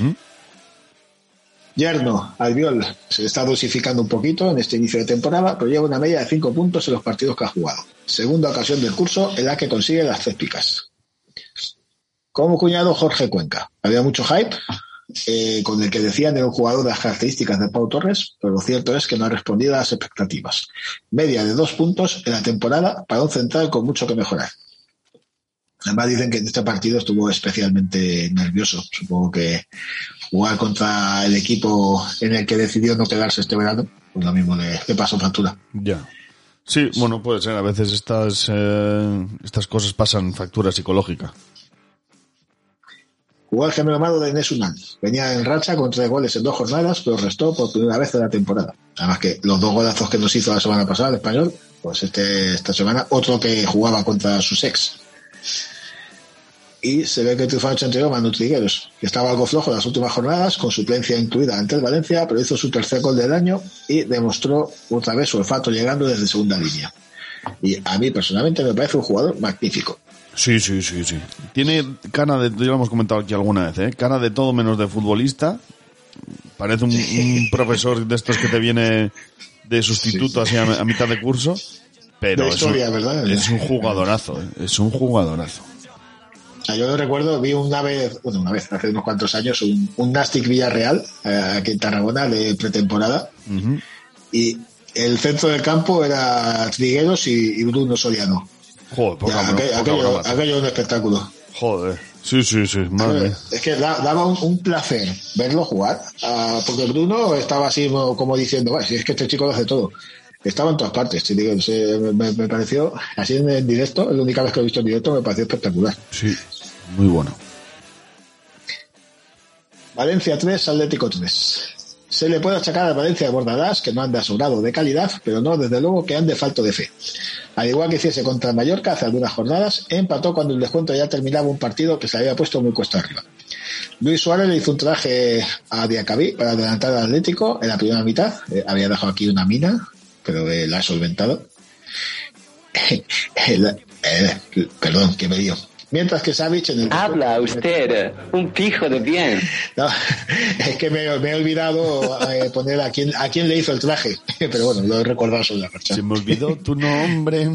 Yerno, Albiol, se está dosificando un poquito en este inicio de temporada, pero lleva una media de 5 puntos en los partidos que ha jugado. Segunda ocasión del curso en la que consigue las 3 picas. Como cuñado, Jorge Cuenca. Había mucho hype con el que decían era un jugador de las características de Pau Torres, pero lo cierto es que no ha respondido a las expectativas. Media de 2 puntos en la temporada para un central con mucho que mejorar. Además dicen que en este partido estuvo especialmente nervioso. Supongo que jugar contra el equipo en el que decidió no quedarse este verano, pues lo mismo le pasó factura. Ya. Sí, bueno, puede ser. A veces estas cosas pasan factura psicológica. Jugó el gemelo malo de Enes Unal. Venía en racha con 3 goles en 2 jornadas, pero restó por primera vez en la temporada. Además que los 2 golazos que nos hizo la semana pasada el Español, pues esta semana otro que jugaba contra sus ex. Y se ve que triunfó el anterior Manu Trigueros, que estaba algo flojo en las últimas jornadas, con suplencia incluida ante el Valencia, pero hizo su tercer gol del año y demostró otra vez su olfato llegando desde segunda línea. Y a mí personalmente me parece un jugador magnífico. Sí. Tiene cara de, ya lo hemos comentado aquí alguna vez, cara de todo menos de futbolista. Parece un profesor de estos que te viene de sustituto así a mitad de curso. Pero de historia, ¿verdad? Es un jugadorazo, es un jugadorazo. Yo lo recuerdo, vi una vez, hace unos cuantos años, un Nastic Villarreal, aquí en Tarragona, de pretemporada. Y el centro del campo era Trigueros y Bruno Soriano. Joder, poca Ya, broma. aquello es un espectáculo. Joder, sí, madre. Es que daba un placer verlo jugar, porque Bruno estaba así como diciendo, si es que este chico lo hace todo. Estaba en todas partes, te digo, me pareció, así en directo, la única vez que lo he visto en directo, me pareció espectacular. Sí, muy bueno. Valencia 3, Atlético 3. Se le puede achacar a Valencia de Bordalás que no anda sobrado de calidad, pero no, desde luego, que ande falto de fe. Al igual que hiciese contra el Mallorca hace algunas jornadas, empató cuando el descuento ya terminaba un partido que se había puesto muy cuesta arriba. Luis Suárez le hizo un traje a Diacabí para adelantar al Atlético en la primera mitad. Había dejado aquí una mina, pero la ha solventado. Perdón, que me dio. Mientras que Savic en el... Habla usted, un pijo de bien. No, es que me he olvidado poner a quién le hizo el traje. Pero bueno, lo he recordado sobre la marcha. Se me olvidó tu nombre.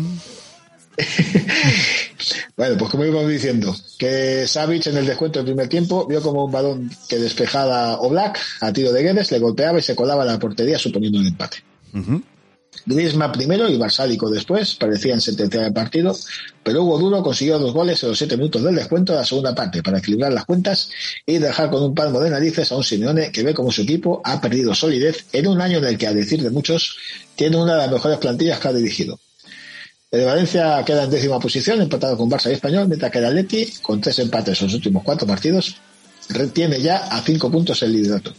Bueno, pues como íbamos diciendo, que Savic en el descuento del primer tiempo vio como un balón que despejaba Oblak a tiro de Guedes, le golpeaba y se colaba a la portería suponiendo el empate. Uh-huh. Griezmann primero y Barsálico después parecían sentenciar el partido, pero Hugo Duro consiguió 2 goles en los 7 minutos del descuento de la segunda parte para equilibrar las cuentas y dejar con un palmo de narices a un Simeone que ve como su equipo ha perdido solidez en un año en el que, a decir de muchos, tiene una de las mejores plantillas que ha dirigido. El Valencia queda en 10ª posición, empatado con Barça y Español, mientras que el Atleti, con 3 empates en los últimos 4 partidos, retiene ya a 5 puntos el liderato.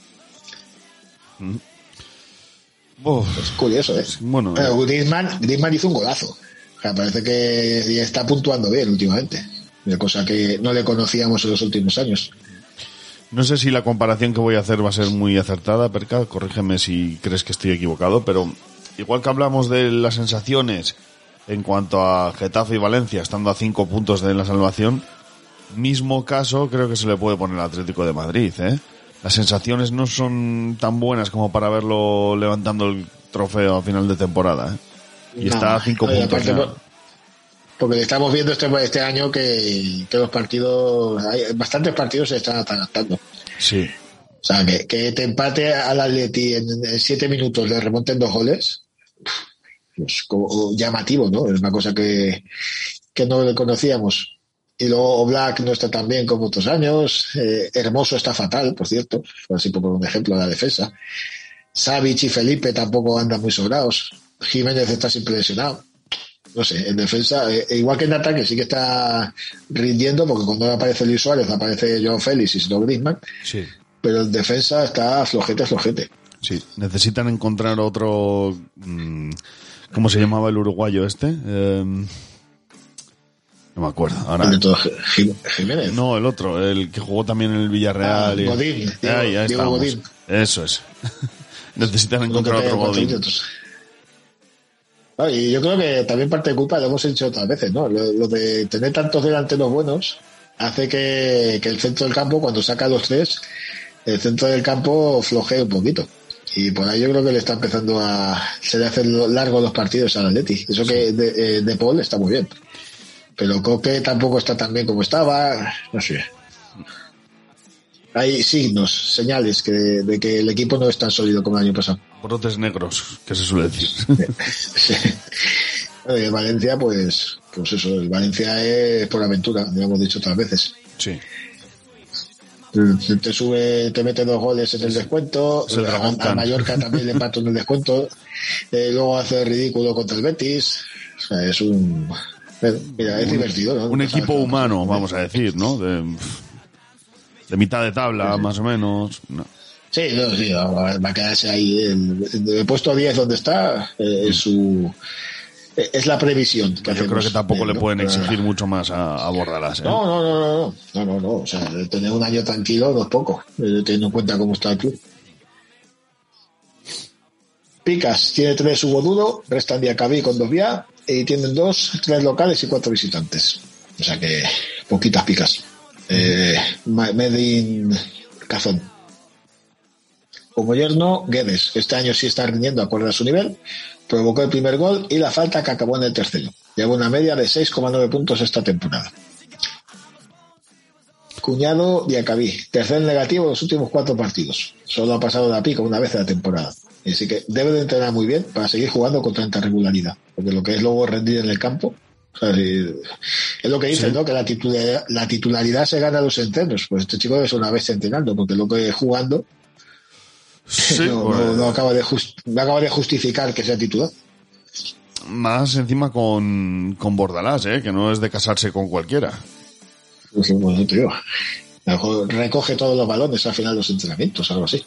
Es curioso, ¿eh? Bueno, pero Griezmann hizo un golazo. O sea, parece que está puntuando bien últimamente. Una cosa que no le conocíamos en los últimos años. No sé si la comparación que voy a hacer va a ser muy acertada, Perca, corrígeme si crees que estoy equivocado, pero igual que hablamos de las sensaciones en cuanto a Getafe y Valencia, estando a 5 puntos de la salvación, mismo caso creo que se le puede poner al Atlético de Madrid, ¿eh? Las sensaciones no son tan buenas como para verlo levantando el trofeo a final de temporada, ¿eh? Y está a 5 puntos ya. Porque estamos viendo este año que los partidos, bastantes partidos se están atarantando. Sí. O sea, que te empate al Atleti en 7 minutos, le remonten 2 goles, pues como llamativo, ¿no? Es una cosa que no le conocíamos. Y luego Oblak no está tan bien como otros años. Hermoso está fatal, por cierto. Así por un ejemplo, la defensa. Savic y Felipe tampoco andan muy sobrados. Jiménez está siempre lesionado. No sé, en defensa, igual que en ataque, sí que está rindiendo, porque cuando aparece Luis Suárez, aparece Joao Félix y si no Griezmann. Sí. Pero en defensa está flojete. Sí, necesitan encontrar otro... ¿Cómo se llamaba el uruguayo este? No me acuerdo. Ahora... Jiménez. No, el otro, el que jugó también en el Villarreal. Godín. Diego Godín. Eso es. Necesitan encontrar otro Godín. Y yo creo que también parte de culpa, lo hemos dicho otras veces, ¿no? Lo de tener tantos delanteros buenos hace que el centro del campo, cuando saca los 3, el centro del campo flojee un poquito. Y por ahí yo creo que le está empezando se le hacen largos los partidos al Atleti. Eso que de Paul está muy bien. Pero Coque tampoco está tan bien como estaba. No sé. Hay signos, señales de que el equipo no es tan sólido como el año pasado. Brotes negros, que se suele decir. Sí. Valencia, pues eso. El Valencia es por aventura, lo hemos dicho otras veces. Sí. Te mete 2 goles en el descuento. A Mallorca también le empató en el descuento. Luego hace el ridículo contra el Betis. O sea, es mira, es divertido, ¿no? Un equipo humano, vamos a decir, ¿no? De mitad de tabla, más o menos. No. Sí, va a quedarse ahí. El puesto 10 donde está es la previsión que yo creo que tampoco le pueden exigir mucho más a Bordalás, ¿eh? No. O sea, tener un año tranquilo no es poco, teniendo en cuenta cómo está el club. Picas tiene 3 Hugo Duro, restan Diacabí con 2 vía y tienen 3 locales y 4 visitantes. O sea que poquitas picas. Medin Cazón. Como yerno, Guedes, que este año sí está rindiendo acorde a su nivel, provocó el primer gol y la falta que acabó en el tercero. Lleva una media de 6,9 puntos esta temporada. Cuñado Diacabí, tercer negativo en los últimos 4 partidos. Solo ha pasado la pica una vez en la temporada. Así que debe de entrenar muy bien para seguir jugando con tanta regularidad. Porque lo que es luego rendir en el campo, O sea, es lo que dicen, ¿no? Que la titularidad se gana a los entrenos. Pues este chico es una vez entrenando, porque lo que jugando no acaba de justificar que sea titular. Más encima con Bordalás, que no es de casarse con cualquiera. Pues, tío, recoge todos los balones al final de los entrenamientos, algo así.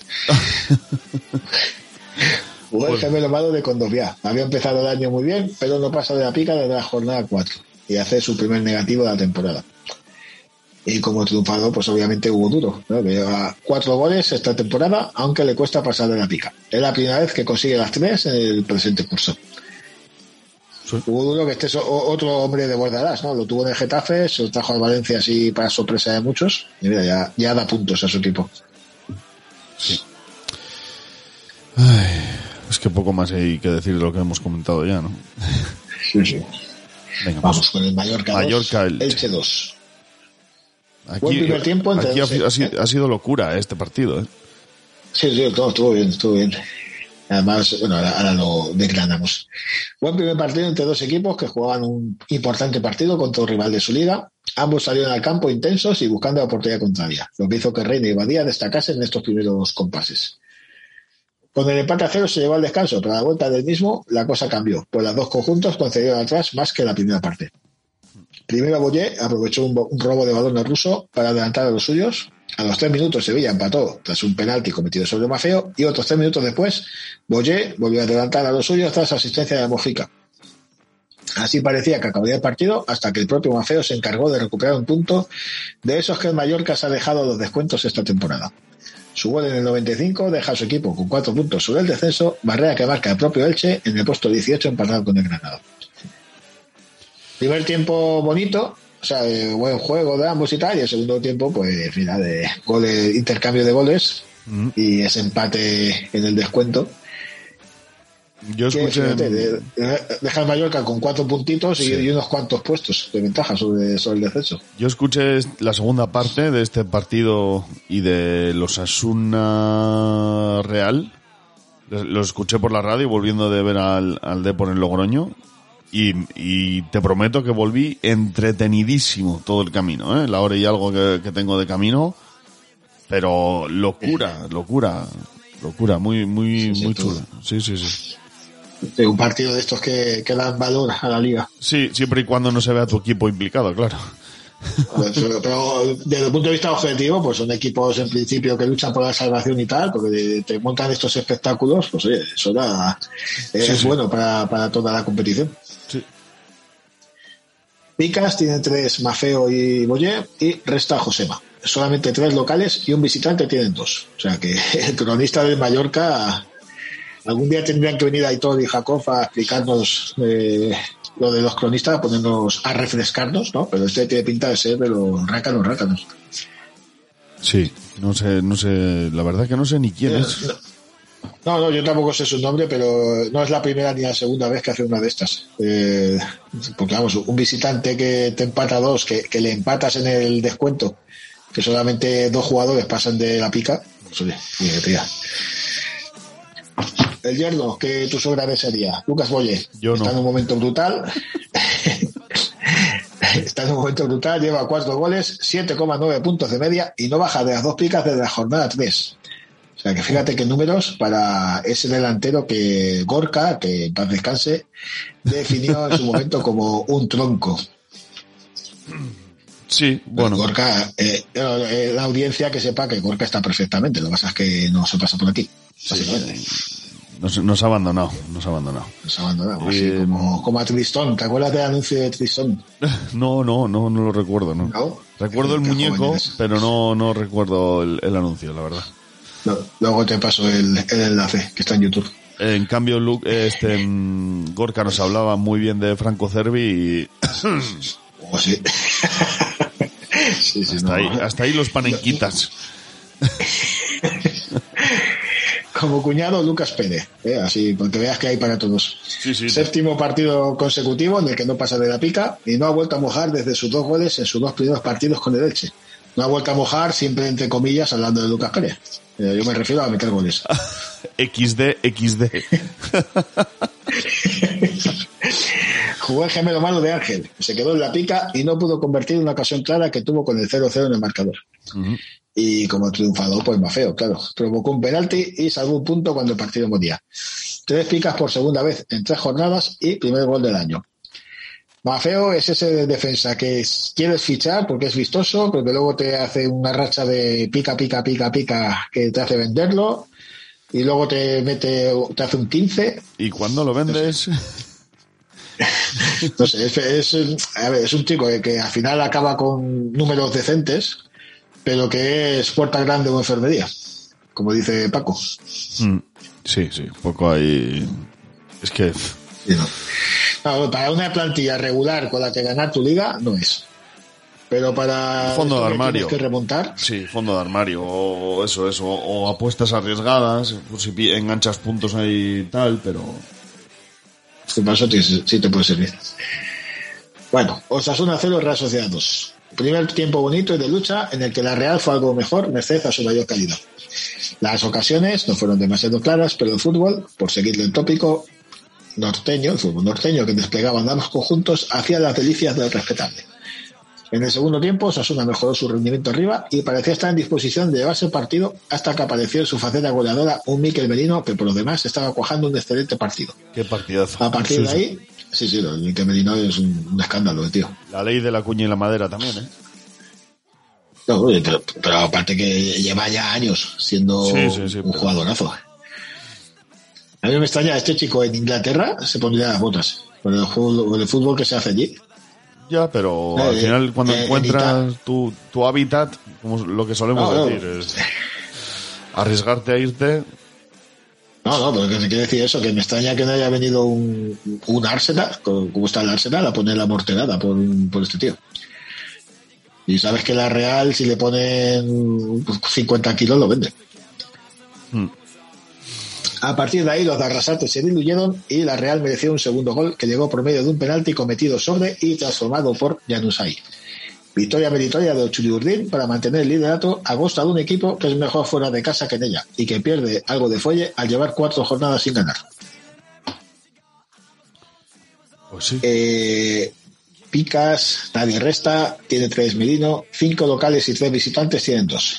Jugó el gemelo malo de Condovia. Había empezado el año muy bien, pero no pasa de la pica desde la jornada 4 y hace su primer negativo de la temporada. Y como triunfador, pues obviamente hubo duro, ¿no? Que lleva 4 goles esta temporada, aunque le cuesta pasar de la pica. Es la primera vez que consigue las 3 en el presente curso. Sí. Hubo duro que este es otro hombre de Bordalás, ¿no? Lo tuvo en el Getafe, se lo trajo al Valencia así para sorpresa de muchos, y mira, ya da puntos a su equipo. Sí. Ay, es que poco más hay que decir de lo que hemos comentado ya, ¿no? Sí. Venga, vamos con el Mallorca 2, Elche 2. Buen primer tiempo. Aquí ha sido locura este partido, ¿eh? Sí, todo estuvo bien. Además, bueno, ahora lo desgranamos. Buen primer partido entre dos equipos que jugaban un importante partido contra un rival de su liga. Ambos salieron al campo intensos y buscando la portería contraria, lo que hizo que Reina y Badía destacasen en estos primeros compases. Con el empate a 0 se llevó al descanso, pero a la vuelta del mismo la cosa cambió, pues los dos conjuntos concedieron atrás más que la primera parte. Primero Boyer aprovechó un robo de balón al ruso para adelantar a los suyos. A los 3 minutos Sevilla empató tras un penalti cometido sobre Mafeo y otros 3 minutos después Boyer volvió a adelantar a los suyos tras asistencia de Mojica. Así parecía que acabaría el partido hasta que el propio Mafeo se encargó de recuperar un punto de esos que el Mallorca se ha dejado los descuentos esta temporada. Su gol en el 95 deja a su equipo con 4 puntos sobre el descenso, barrera que marca el propio Elche en el puesto 18 empatado con el Granada. Primer tiempo bonito, o sea, buen juego de ambos y tal, y el segundo tiempo, pues, final de intercambio de goles y ese empate en el descuento. Yo escuché... Deja el Mallorca con 4 puntitos y unos cuantos puestos de ventaja sobre el descenso. Yo escuché la segunda parte de este partido y de los Osasuna Real. Lo escuché por la radio volviendo de ver al Depor en Logroño. Y te prometo que volví entretenidísimo todo el camino, ¿eh? La hora y algo que tengo de camino, pero locura, muy chula. Sí. Un partido de estos que dan valor a la liga. Sí, siempre y cuando no se vea tu equipo implicado, claro. Pero desde el punto de vista objetivo, pues son equipos en principio que luchan por la salvación y tal, porque te montan estos espectáculos, pues oye, eso es bueno para toda la competición. Sí. Picas tienen 3, Mafeo y Boyer, y resta Josema. Solamente 3 locales y un visitante tienen 2. O sea que el cronista del Mallorca, algún día tendrían que venir Aitor y Jacob a explicarnos lo de los cronistas, a refrescarnos, ¿no? Pero este tiene pinta de ser de los rácanos. Sí, no sé, la verdad que no sé ni quién es. No, yo tampoco sé su nombre, pero no es la primera ni la segunda vez que hace una de estas. Porque vamos, un visitante que te empata 2, que le empatas en el descuento, que solamente 2 jugadores pasan de la pica, pues oye, tía. El yerno que tu suegra desearía, Lucas Boyer, está en un momento brutal. Lleva 4 goles, 7,9 puntos de media y no baja de las 2 picas desde la jornada 3. O sea que fíjate qué números para ese delantero que Gorka, que en paz descanse, definió en su momento como un tronco. Sí, bueno. Gorka, la audiencia que sepa que Gorka está perfectamente, lo que pasa es que no se pasa por aquí. Nos ha abandonado. Así como a Tristón. ¿Te acuerdas del anuncio de Tristón? No lo recuerdo, ¿no? Recuerdo el muñeco, pero no recuerdo el anuncio, la verdad. No, luego te paso el enlace, que está en YouTube. En cambio, Gorka nos hablaba muy bien de Franco Cervi y... Oh, sí. Sí, hasta ahí los panenquitas. Como cuñado, Lucas Pérez, así, porque veas que hay para todos. Sí. 7º partido consecutivo en el que no pasa de la pica y no ha vuelto a mojar desde sus 2 goles en sus 2 primeros partidos con el Elche. No ha vuelto a mojar, siempre entre comillas, hablando de Lucas Pérez. Yo me refiero a meter goles. XD. Jugó el gemelo malo de Ángel, se quedó en la pica y no pudo convertir una ocasión clara que tuvo con el 0-0 en el marcador. Uh-huh. Y como triunfador, pues Mafeo, claro. Provocó un penalti y salvó un punto cuando el partido moría. 3 picas por segunda vez en 3 jornadas y primer gol del año. Mafeo es ese defensa que quieres fichar porque es vistoso, porque luego te hace una racha de pica que te hace venderlo y luego te hace un 15. ¿Y cuándo lo vendes? No sé, es un chico que al final acaba con números decentes, pero que es puerta grande o enfermería, como dice Paco. Sí, poco ahí. Es que... Sí, no, para una plantilla regular con la que ganar tu liga, no es. Pero para... Fondo de armario. Tienes que remontar. Sí, fondo de armario. O eso. O apuestas arriesgadas, por si enganchas puntos ahí y tal, pero... Este paso sí te puede servir. Bueno, Osasuna 0, Real Sociedad 2. Primer tiempo bonito y de lucha en el que la Real fue algo mejor merced a su mayor calidad. Las ocasiones no fueron demasiado claras, pero el fútbol, por seguirle el tópico norteño, el fútbol norteño que desplegaban ambos conjuntos, hacía las delicias del respetable. En el segundo tiempo, Osasuna mejoró su rendimiento arriba y parecía estar en disposición de llevarse el partido hasta que apareció en su faceta goleadora un Mikel Merino que por lo demás estaba cuajando un excelente partido. Qué partidazo. A partir de ahí, sí, el Mikel Merino es un escándalo, tío. La ley de la cuña y la madera también, ¿eh? No, pero aparte que lleva ya años siendo un jugadorazo. A mí me extraña, este chico en Inglaterra se pondría las botas por el fútbol que se hace allí. Ya, pero al final cuando encuentras tu hábitat, como lo que solemos decir, es arriesgarte a irte. No, pero que te quiere decir eso, que me extraña que no haya venido un Arsenal, como está el Arsenal, a poner la morterada por este tío. Y sabes que la Real, si le ponen 50 kilos, lo vende. A partir de ahí, los de Arrasate se diluyeron y la Real mereció un segundo gol que llegó por medio de un penalti cometido sobre y transformado por Januzaj. Victoria meritoria de Ochuriurdin para mantener el liderato a costa de un equipo que es mejor fuera de casa que en ella y que pierde algo de fuelle al llevar 4 jornadas sin ganar. Pues sí. Picas, nadie resta, tiene 3 Merino, 5 locales y 3 visitantes tienen 2.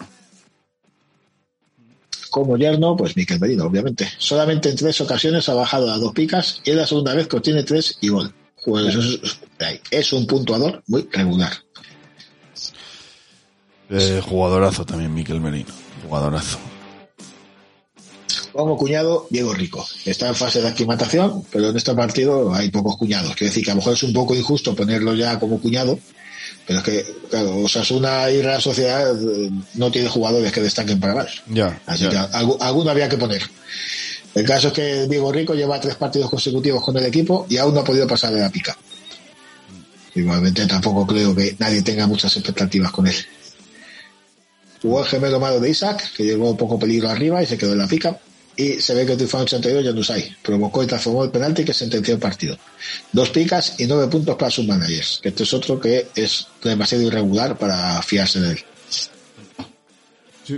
Como yerno, pues Mikel Merino, obviamente. Solamente en 3 ocasiones ha bajado a 2 picas y es la segunda vez que obtiene 3 y gol. Pues es un puntuador muy regular. Jugadorazo también Mikel Merino, jugadorazo. Como cuñado, Diego Rico. Está en fase de aclimatación, pero en este partido hay pocos cuñados. Quiero decir que a lo mejor es un poco injusto ponerlo ya como cuñado, pero es que, claro, Osasuna y Real Sociedad no tiene jugadores que destaquen para más. Así que alguno había que poner. El caso es que Diego Rico lleva 3 partidos consecutivos con el equipo y aún no ha podido pasar de la pica. Igualmente tampoco creo que nadie tenga muchas expectativas con él. Jugó el gemelo malo de Isaac, que llevó poco peligro arriba y se quedó en la pica. Y se ve que triunfó en 82 Januzaj. Provocó y transformó el penalti que sentenció el partido. 2 picas y 9 puntos para sus managers. Que este es otro que es demasiado irregular para fiarse de él. Sí.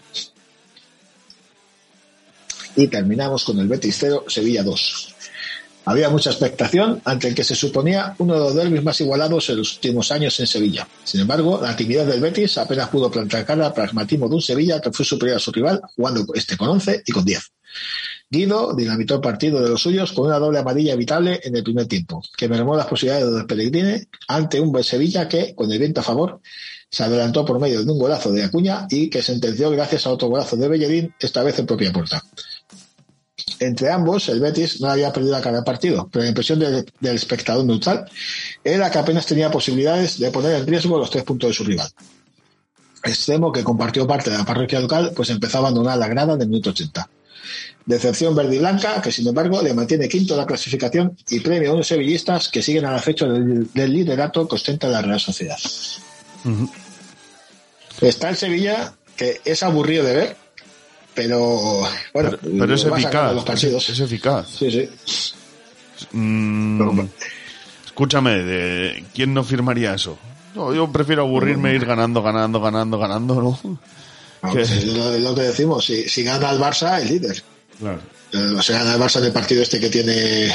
Y terminamos con el Betis 0, Sevilla 2. Había mucha expectación ante el que se suponía uno de los derbis más igualados en los últimos años en Sevilla. Sin embargo, la timidez del Betis apenas pudo plantar cara al pragmatismo de un Sevilla que fue superior a su rival, jugando con 11 y con 10. Guido dinamitó el partido de los suyos con una doble amarilla evitable en el primer tiempo, que mermó las posibilidades de Pellegrini ante un Sevilla que, con el viento a favor, se adelantó por medio de un golazo de Acuña y que sentenció gracias a otro golazo de Bellerín, esta vez en propia puerta. Entre ambos, el Betis no había perdido la cara del partido, pero la impresión del espectador neutral era que apenas tenía posibilidades de poner en riesgo los 3 puntos de su rival. Extremo que compartió parte de la parroquia local, pues empezó a abandonar la grada en el minuto 80. Decepción verde y blanca, que sin embargo le mantiene quinto en la clasificación y premia a unos sevillistas que siguen al acecho del liderato que ostenta la Real Sociedad. Uh-huh. Está el Sevilla, que es aburrido de ver, pero bueno, pero es eficaz. Es eficaz. Sí. Escúchame, ¿quién no firmaría eso? No, yo prefiero aburrirme e ir ganando, ¿no? Es lo que decimos, si gana el Barça, el líder. Claro. O sea, el Barça del partido este que tiene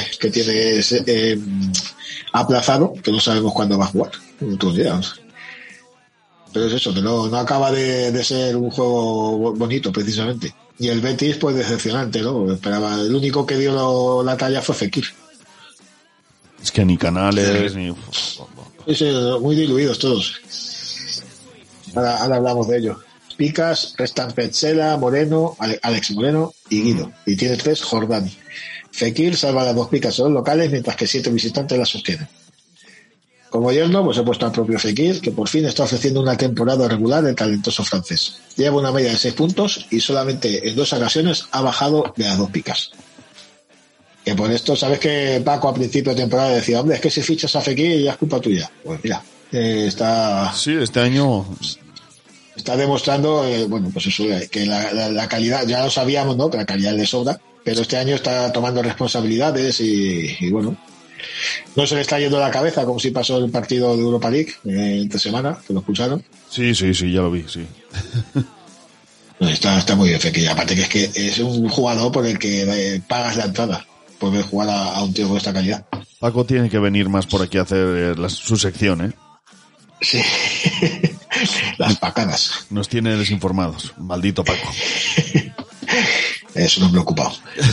aplazado, que no sabemos cuándo va a jugar. No tengo idea. Pero es eso, que no acaba de ser un juego bonito, precisamente. Y el Betis, pues decepcionante, ¿no? Esperaba, el único que dio la talla fue Fekir. Es que ni Canales, sí. ni... Sí, muy diluidos todos. Ahora hablamos de ello. Picas, restan Petzela, Moreno, Alex Moreno y Guido. Y tiene 3 Jordán. Fekir salva las 2 picas en los locales, mientras que 7 visitantes las sostienen. Como yerno, pues he puesto al propio Fekir, que por fin está ofreciendo una temporada regular del talentoso francés. Lleva una media de 6 puntos y solamente en 2 ocasiones ha bajado de las 2 picas. Que por esto, sabes que Paco a principio de temporada decía, hombre, es que si fichas a Fekir ya es culpa tuya. Pues mira, está... Sí, este año... Está demostrando, bueno, pues eso, que la calidad, ya lo sabíamos, ¿no? Que la calidad le sobra, pero este año está tomando responsabilidades y bueno, no se le está yendo la cabeza como si pasó el partido de Europa League entre semana, que lo expulsaron. Sí, ya lo vi, sí. Está muy bien, Fekir. Aparte que es un jugador por el que pagas la entrada por ver jugar a un tío con esta calidad. Paco tiene que venir más por aquí a hacer su sección, ¿eh? Sí. Las pacadas. Nos tiene desinformados. Maldito Paco. Es un hombre ocupado.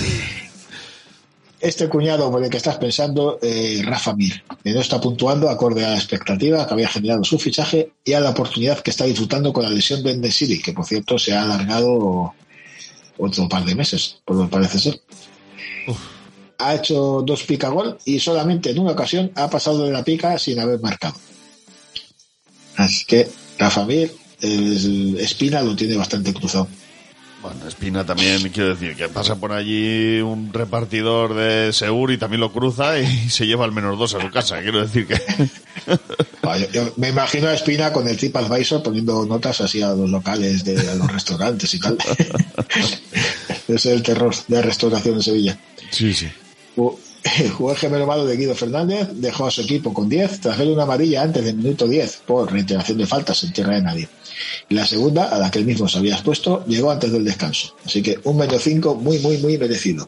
Este cuñado por el que estás pensando, Rafa Mir, que no está puntuando acorde a la expectativa que había generado su fichaje y a la oportunidad que está disfrutando con la lesión de En-Nesyri, que por cierto se ha alargado otro par de meses, por lo que parece ser. Ha hecho 2 pica-gol y solamente en una ocasión ha pasado de la pica sin haber marcado. Así que Rafa Mir, Espina lo tiene bastante cruzado. Bueno, Espina también, quiero decir, que pasa por allí un repartidor de Segur y también lo cruza y se lleva al -2 a su casa. Quiero decir que... Yo me imagino a Espina con el TripAdvisor poniendo notas así a los locales, a los restaurantes y tal. Ese es el terror de la restauración en Sevilla. Sí. El jugador gemelo malo de Guido Fernández dejó a su equipo con 10 tras ver una amarilla antes del minuto 10 por reiteración de faltas en tierra de nadie. Y la segunda, a la que él mismo se había expuesto, llegó antes del descanso. Así que un -5 muy merecido.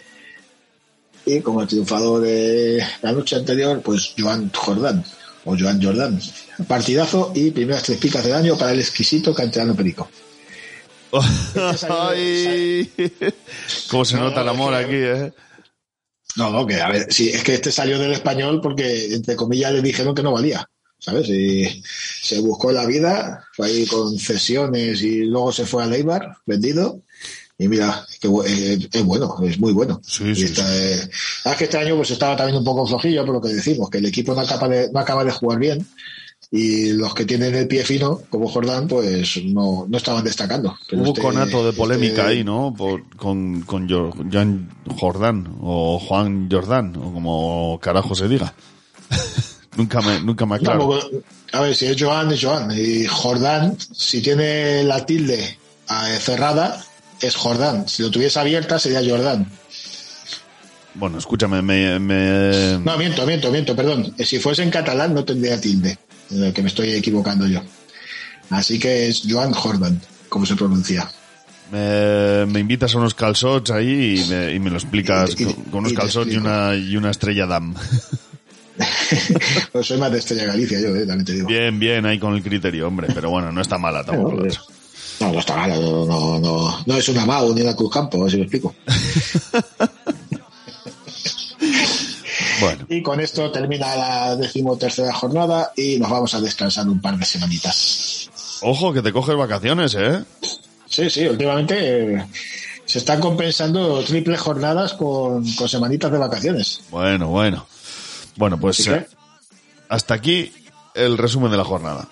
Y como el triunfador de la noche anterior, pues Joan Jordán. Partidazo y primeras 3 picas del año para el exquisito canterano Perico. Ay, cómo se nota el amor aquí, ¿eh? No, que a ver, sí, es que este salió del Español porque, entre comillas, le dijeron que no valía, ¿sabes? Y se buscó la vida, fue ahí con cesiones y luego se fue a Eibar, vendido, y mira, que es bueno, es muy bueno. Sí. Es que este año pues estaba también un poco flojillo por lo que decimos, que el equipo no acaba de jugar bien, y los que tienen el pie fino, como Jordán, pues no estaban destacando. Pero hubo conato de polémica ahí, ¿no? Con Joan Jordán, o Juan Jordán, o como carajo se diga. nunca me aclaro. No, a ver, si es Joan, y Jordán, si tiene la tilde cerrada, es Jordán. Si lo tuviese abierta, sería Jordán. Bueno, escúchame, No, miento, perdón. Si fuese en catalán no tendría tilde, que me estoy equivocando yo. Así que es Joan Jordán, como se pronuncia. Me invitas a unos calzots ahí y me lo explicas con unos calzots y una estrella Damm. Pues soy más de Estrella Galicia yo, también te digo. Bien, ahí con el criterio, hombre, pero bueno, no está mala tampoco. No está mala, no es una Mau ni una Cruzcampo, a ver si me explico. Bueno. Y con esto termina la 13ª jornada y nos vamos a descansar un par de semanitas. Ojo, que te coges vacaciones, ¿eh? Sí, últimamente se están compensando triples jornadas con semanitas de vacaciones. Bueno, pues hasta aquí el resumen de la jornada.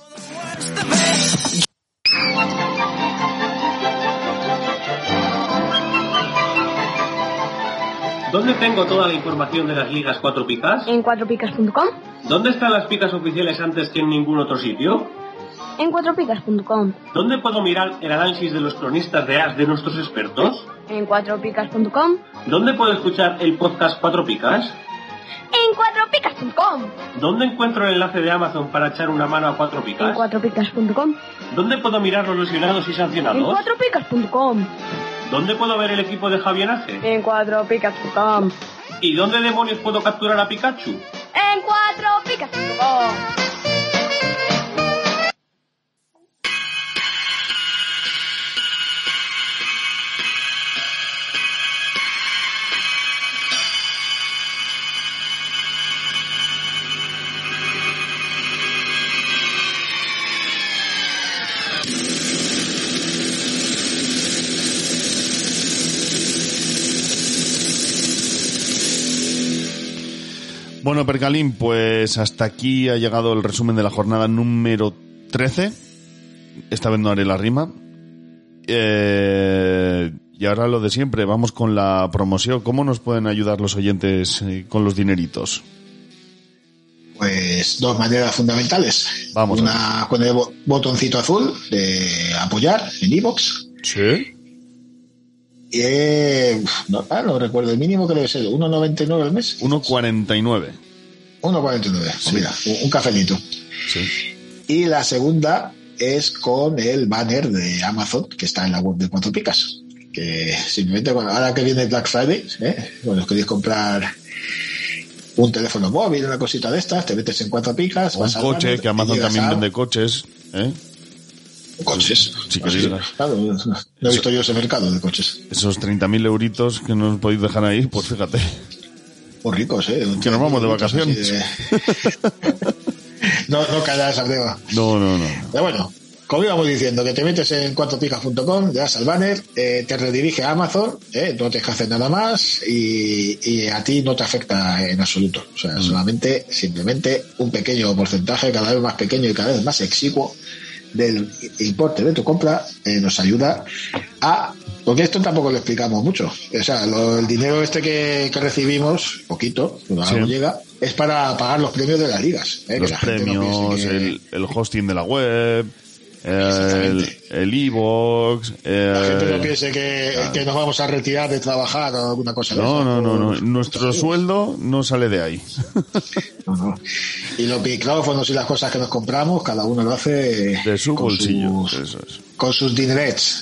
¿Dónde tengo toda la información de las ligas 4 picas? En 4picas.com. ¿Dónde están las picas oficiales antes que en ningún otro sitio? En 4picas.com. ¿Dónde puedo mirar el análisis de los cronistas de as de nuestros expertos? En 4picas.com. ¿Dónde puedo escuchar el podcast 4 picas? En 4picas.com. ¿Dónde encuentro el enlace de Amazon para echar una mano a 4 picas? En 4picas.com. ¿Dónde puedo mirar los lesionados y sancionados? En 4picas.com. ¿Dónde puedo ver el equipo de Javier Ace? En 4picas.com. ¿Y dónde demonios puedo capturar a Pikachu? En 4picas.com. Bueno, Percalín, pues hasta aquí ha llegado el resumen de la jornada número 13. Esta vez no haré la rima. Y ahora lo de siempre, vamos con la promoción. ¿Cómo nos pueden ayudar los oyentes con los dineritos? Pues dos maneras fundamentales. Vamos. Una con el botoncito azul de apoyar en iVoox. Sí. No recuerdo, el mínimo que debe ser 1,99 al mes. 1,49. 1,49. Sí. Pues mira, un cafelito. Sí. Y la segunda es con el banner de Amazon que está en la web de 4 Picas. Que simplemente, bueno, ahora que viene Black Friday, bueno, os queréis comprar un teléfono móvil, una cosita de estas, te metes en 4 Picas. O un coche, banner, que Amazon también vende coches. Coches. Sí, claro, no he visto yo ese mercado de coches. Esos 30.000 euritos que nos podéis dejar ahí, pues fíjate. Muy ricos, que nos vamos de vacaciones. No caerá esa prueba. No. Pero bueno, como íbamos diciendo, que te metes en 4picas.com, le das al banner, te redirige a Amazon, no te hace nada más y a ti no te afecta en absoluto. O sea, simplemente un pequeño porcentaje, cada vez más pequeño y cada vez más exiguo del importe de tu compra nos ayuda a... Porque esto tampoco lo explicamos mucho. O sea, el dinero que recibimos, poquito, algo llega, es para pagar los premios de las ligas. Los premios, el hosting de la web, el iVoox... La gente no piense que nos vamos a retirar de trabajar o alguna cosa. No. Nuestro sueldo no sale de ahí. No. Y los micrófonos y las cosas que nos compramos, cada uno lo hace de su bolsillo. Eso es. Con sus dinerets,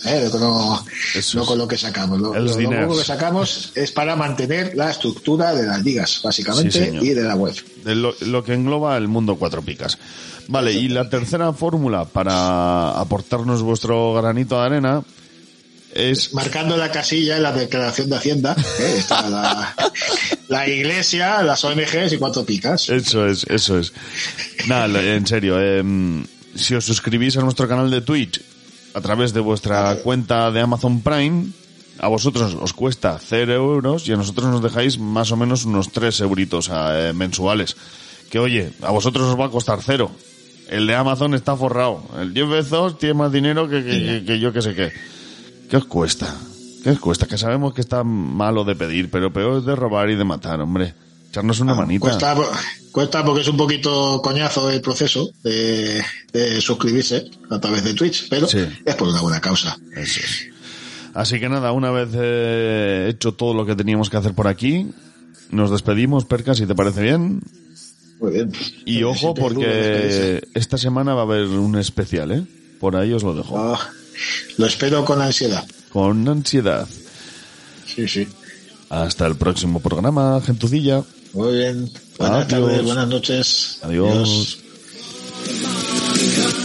no con lo que sacamos. Lo poco que sacamos es para mantener la estructura de las ligas, básicamente, y de la web. De lo que engloba el mundo 4 Picas. Vale, y la tercera fórmula para aportarnos vuestro granito de arena es... Marcando la casilla en la declaración de Hacienda, está la iglesia, las ONGs y 4 Picas. Eso es. Nada, en serio, si os suscribís a nuestro canal de Twitch a través de vuestra cuenta de Amazon Prime, a vosotros os cuesta 0 euros y a nosotros nos dejáis más o menos unos 3 euritos mensuales. Que oye, a vosotros os va a costar 0. El de Amazon está forrado. El Jeff Bezos tiene más dinero que yo que sé qué. ¿Qué os cuesta? Que sabemos que está malo de pedir, pero peor es de robar y de matar, hombre. Echarnos una manita. Cuesta porque es un poquito coñazo el proceso de suscribirse a través de Twitch, pero es por una buena causa. Eso es. Así que nada, una vez hecho todo lo que teníamos que hacer por aquí, nos despedimos, Perca, si te parece bien. Muy bien. Y ojo, porque esta semana va a haber un especial, Por ahí os lo dejo. Lo espero con ansiedad. Con ansiedad. Sí. Hasta el próximo programa, gentucilla. Muy bien. Buenas tardes, buenas noches. Adiós. Adiós.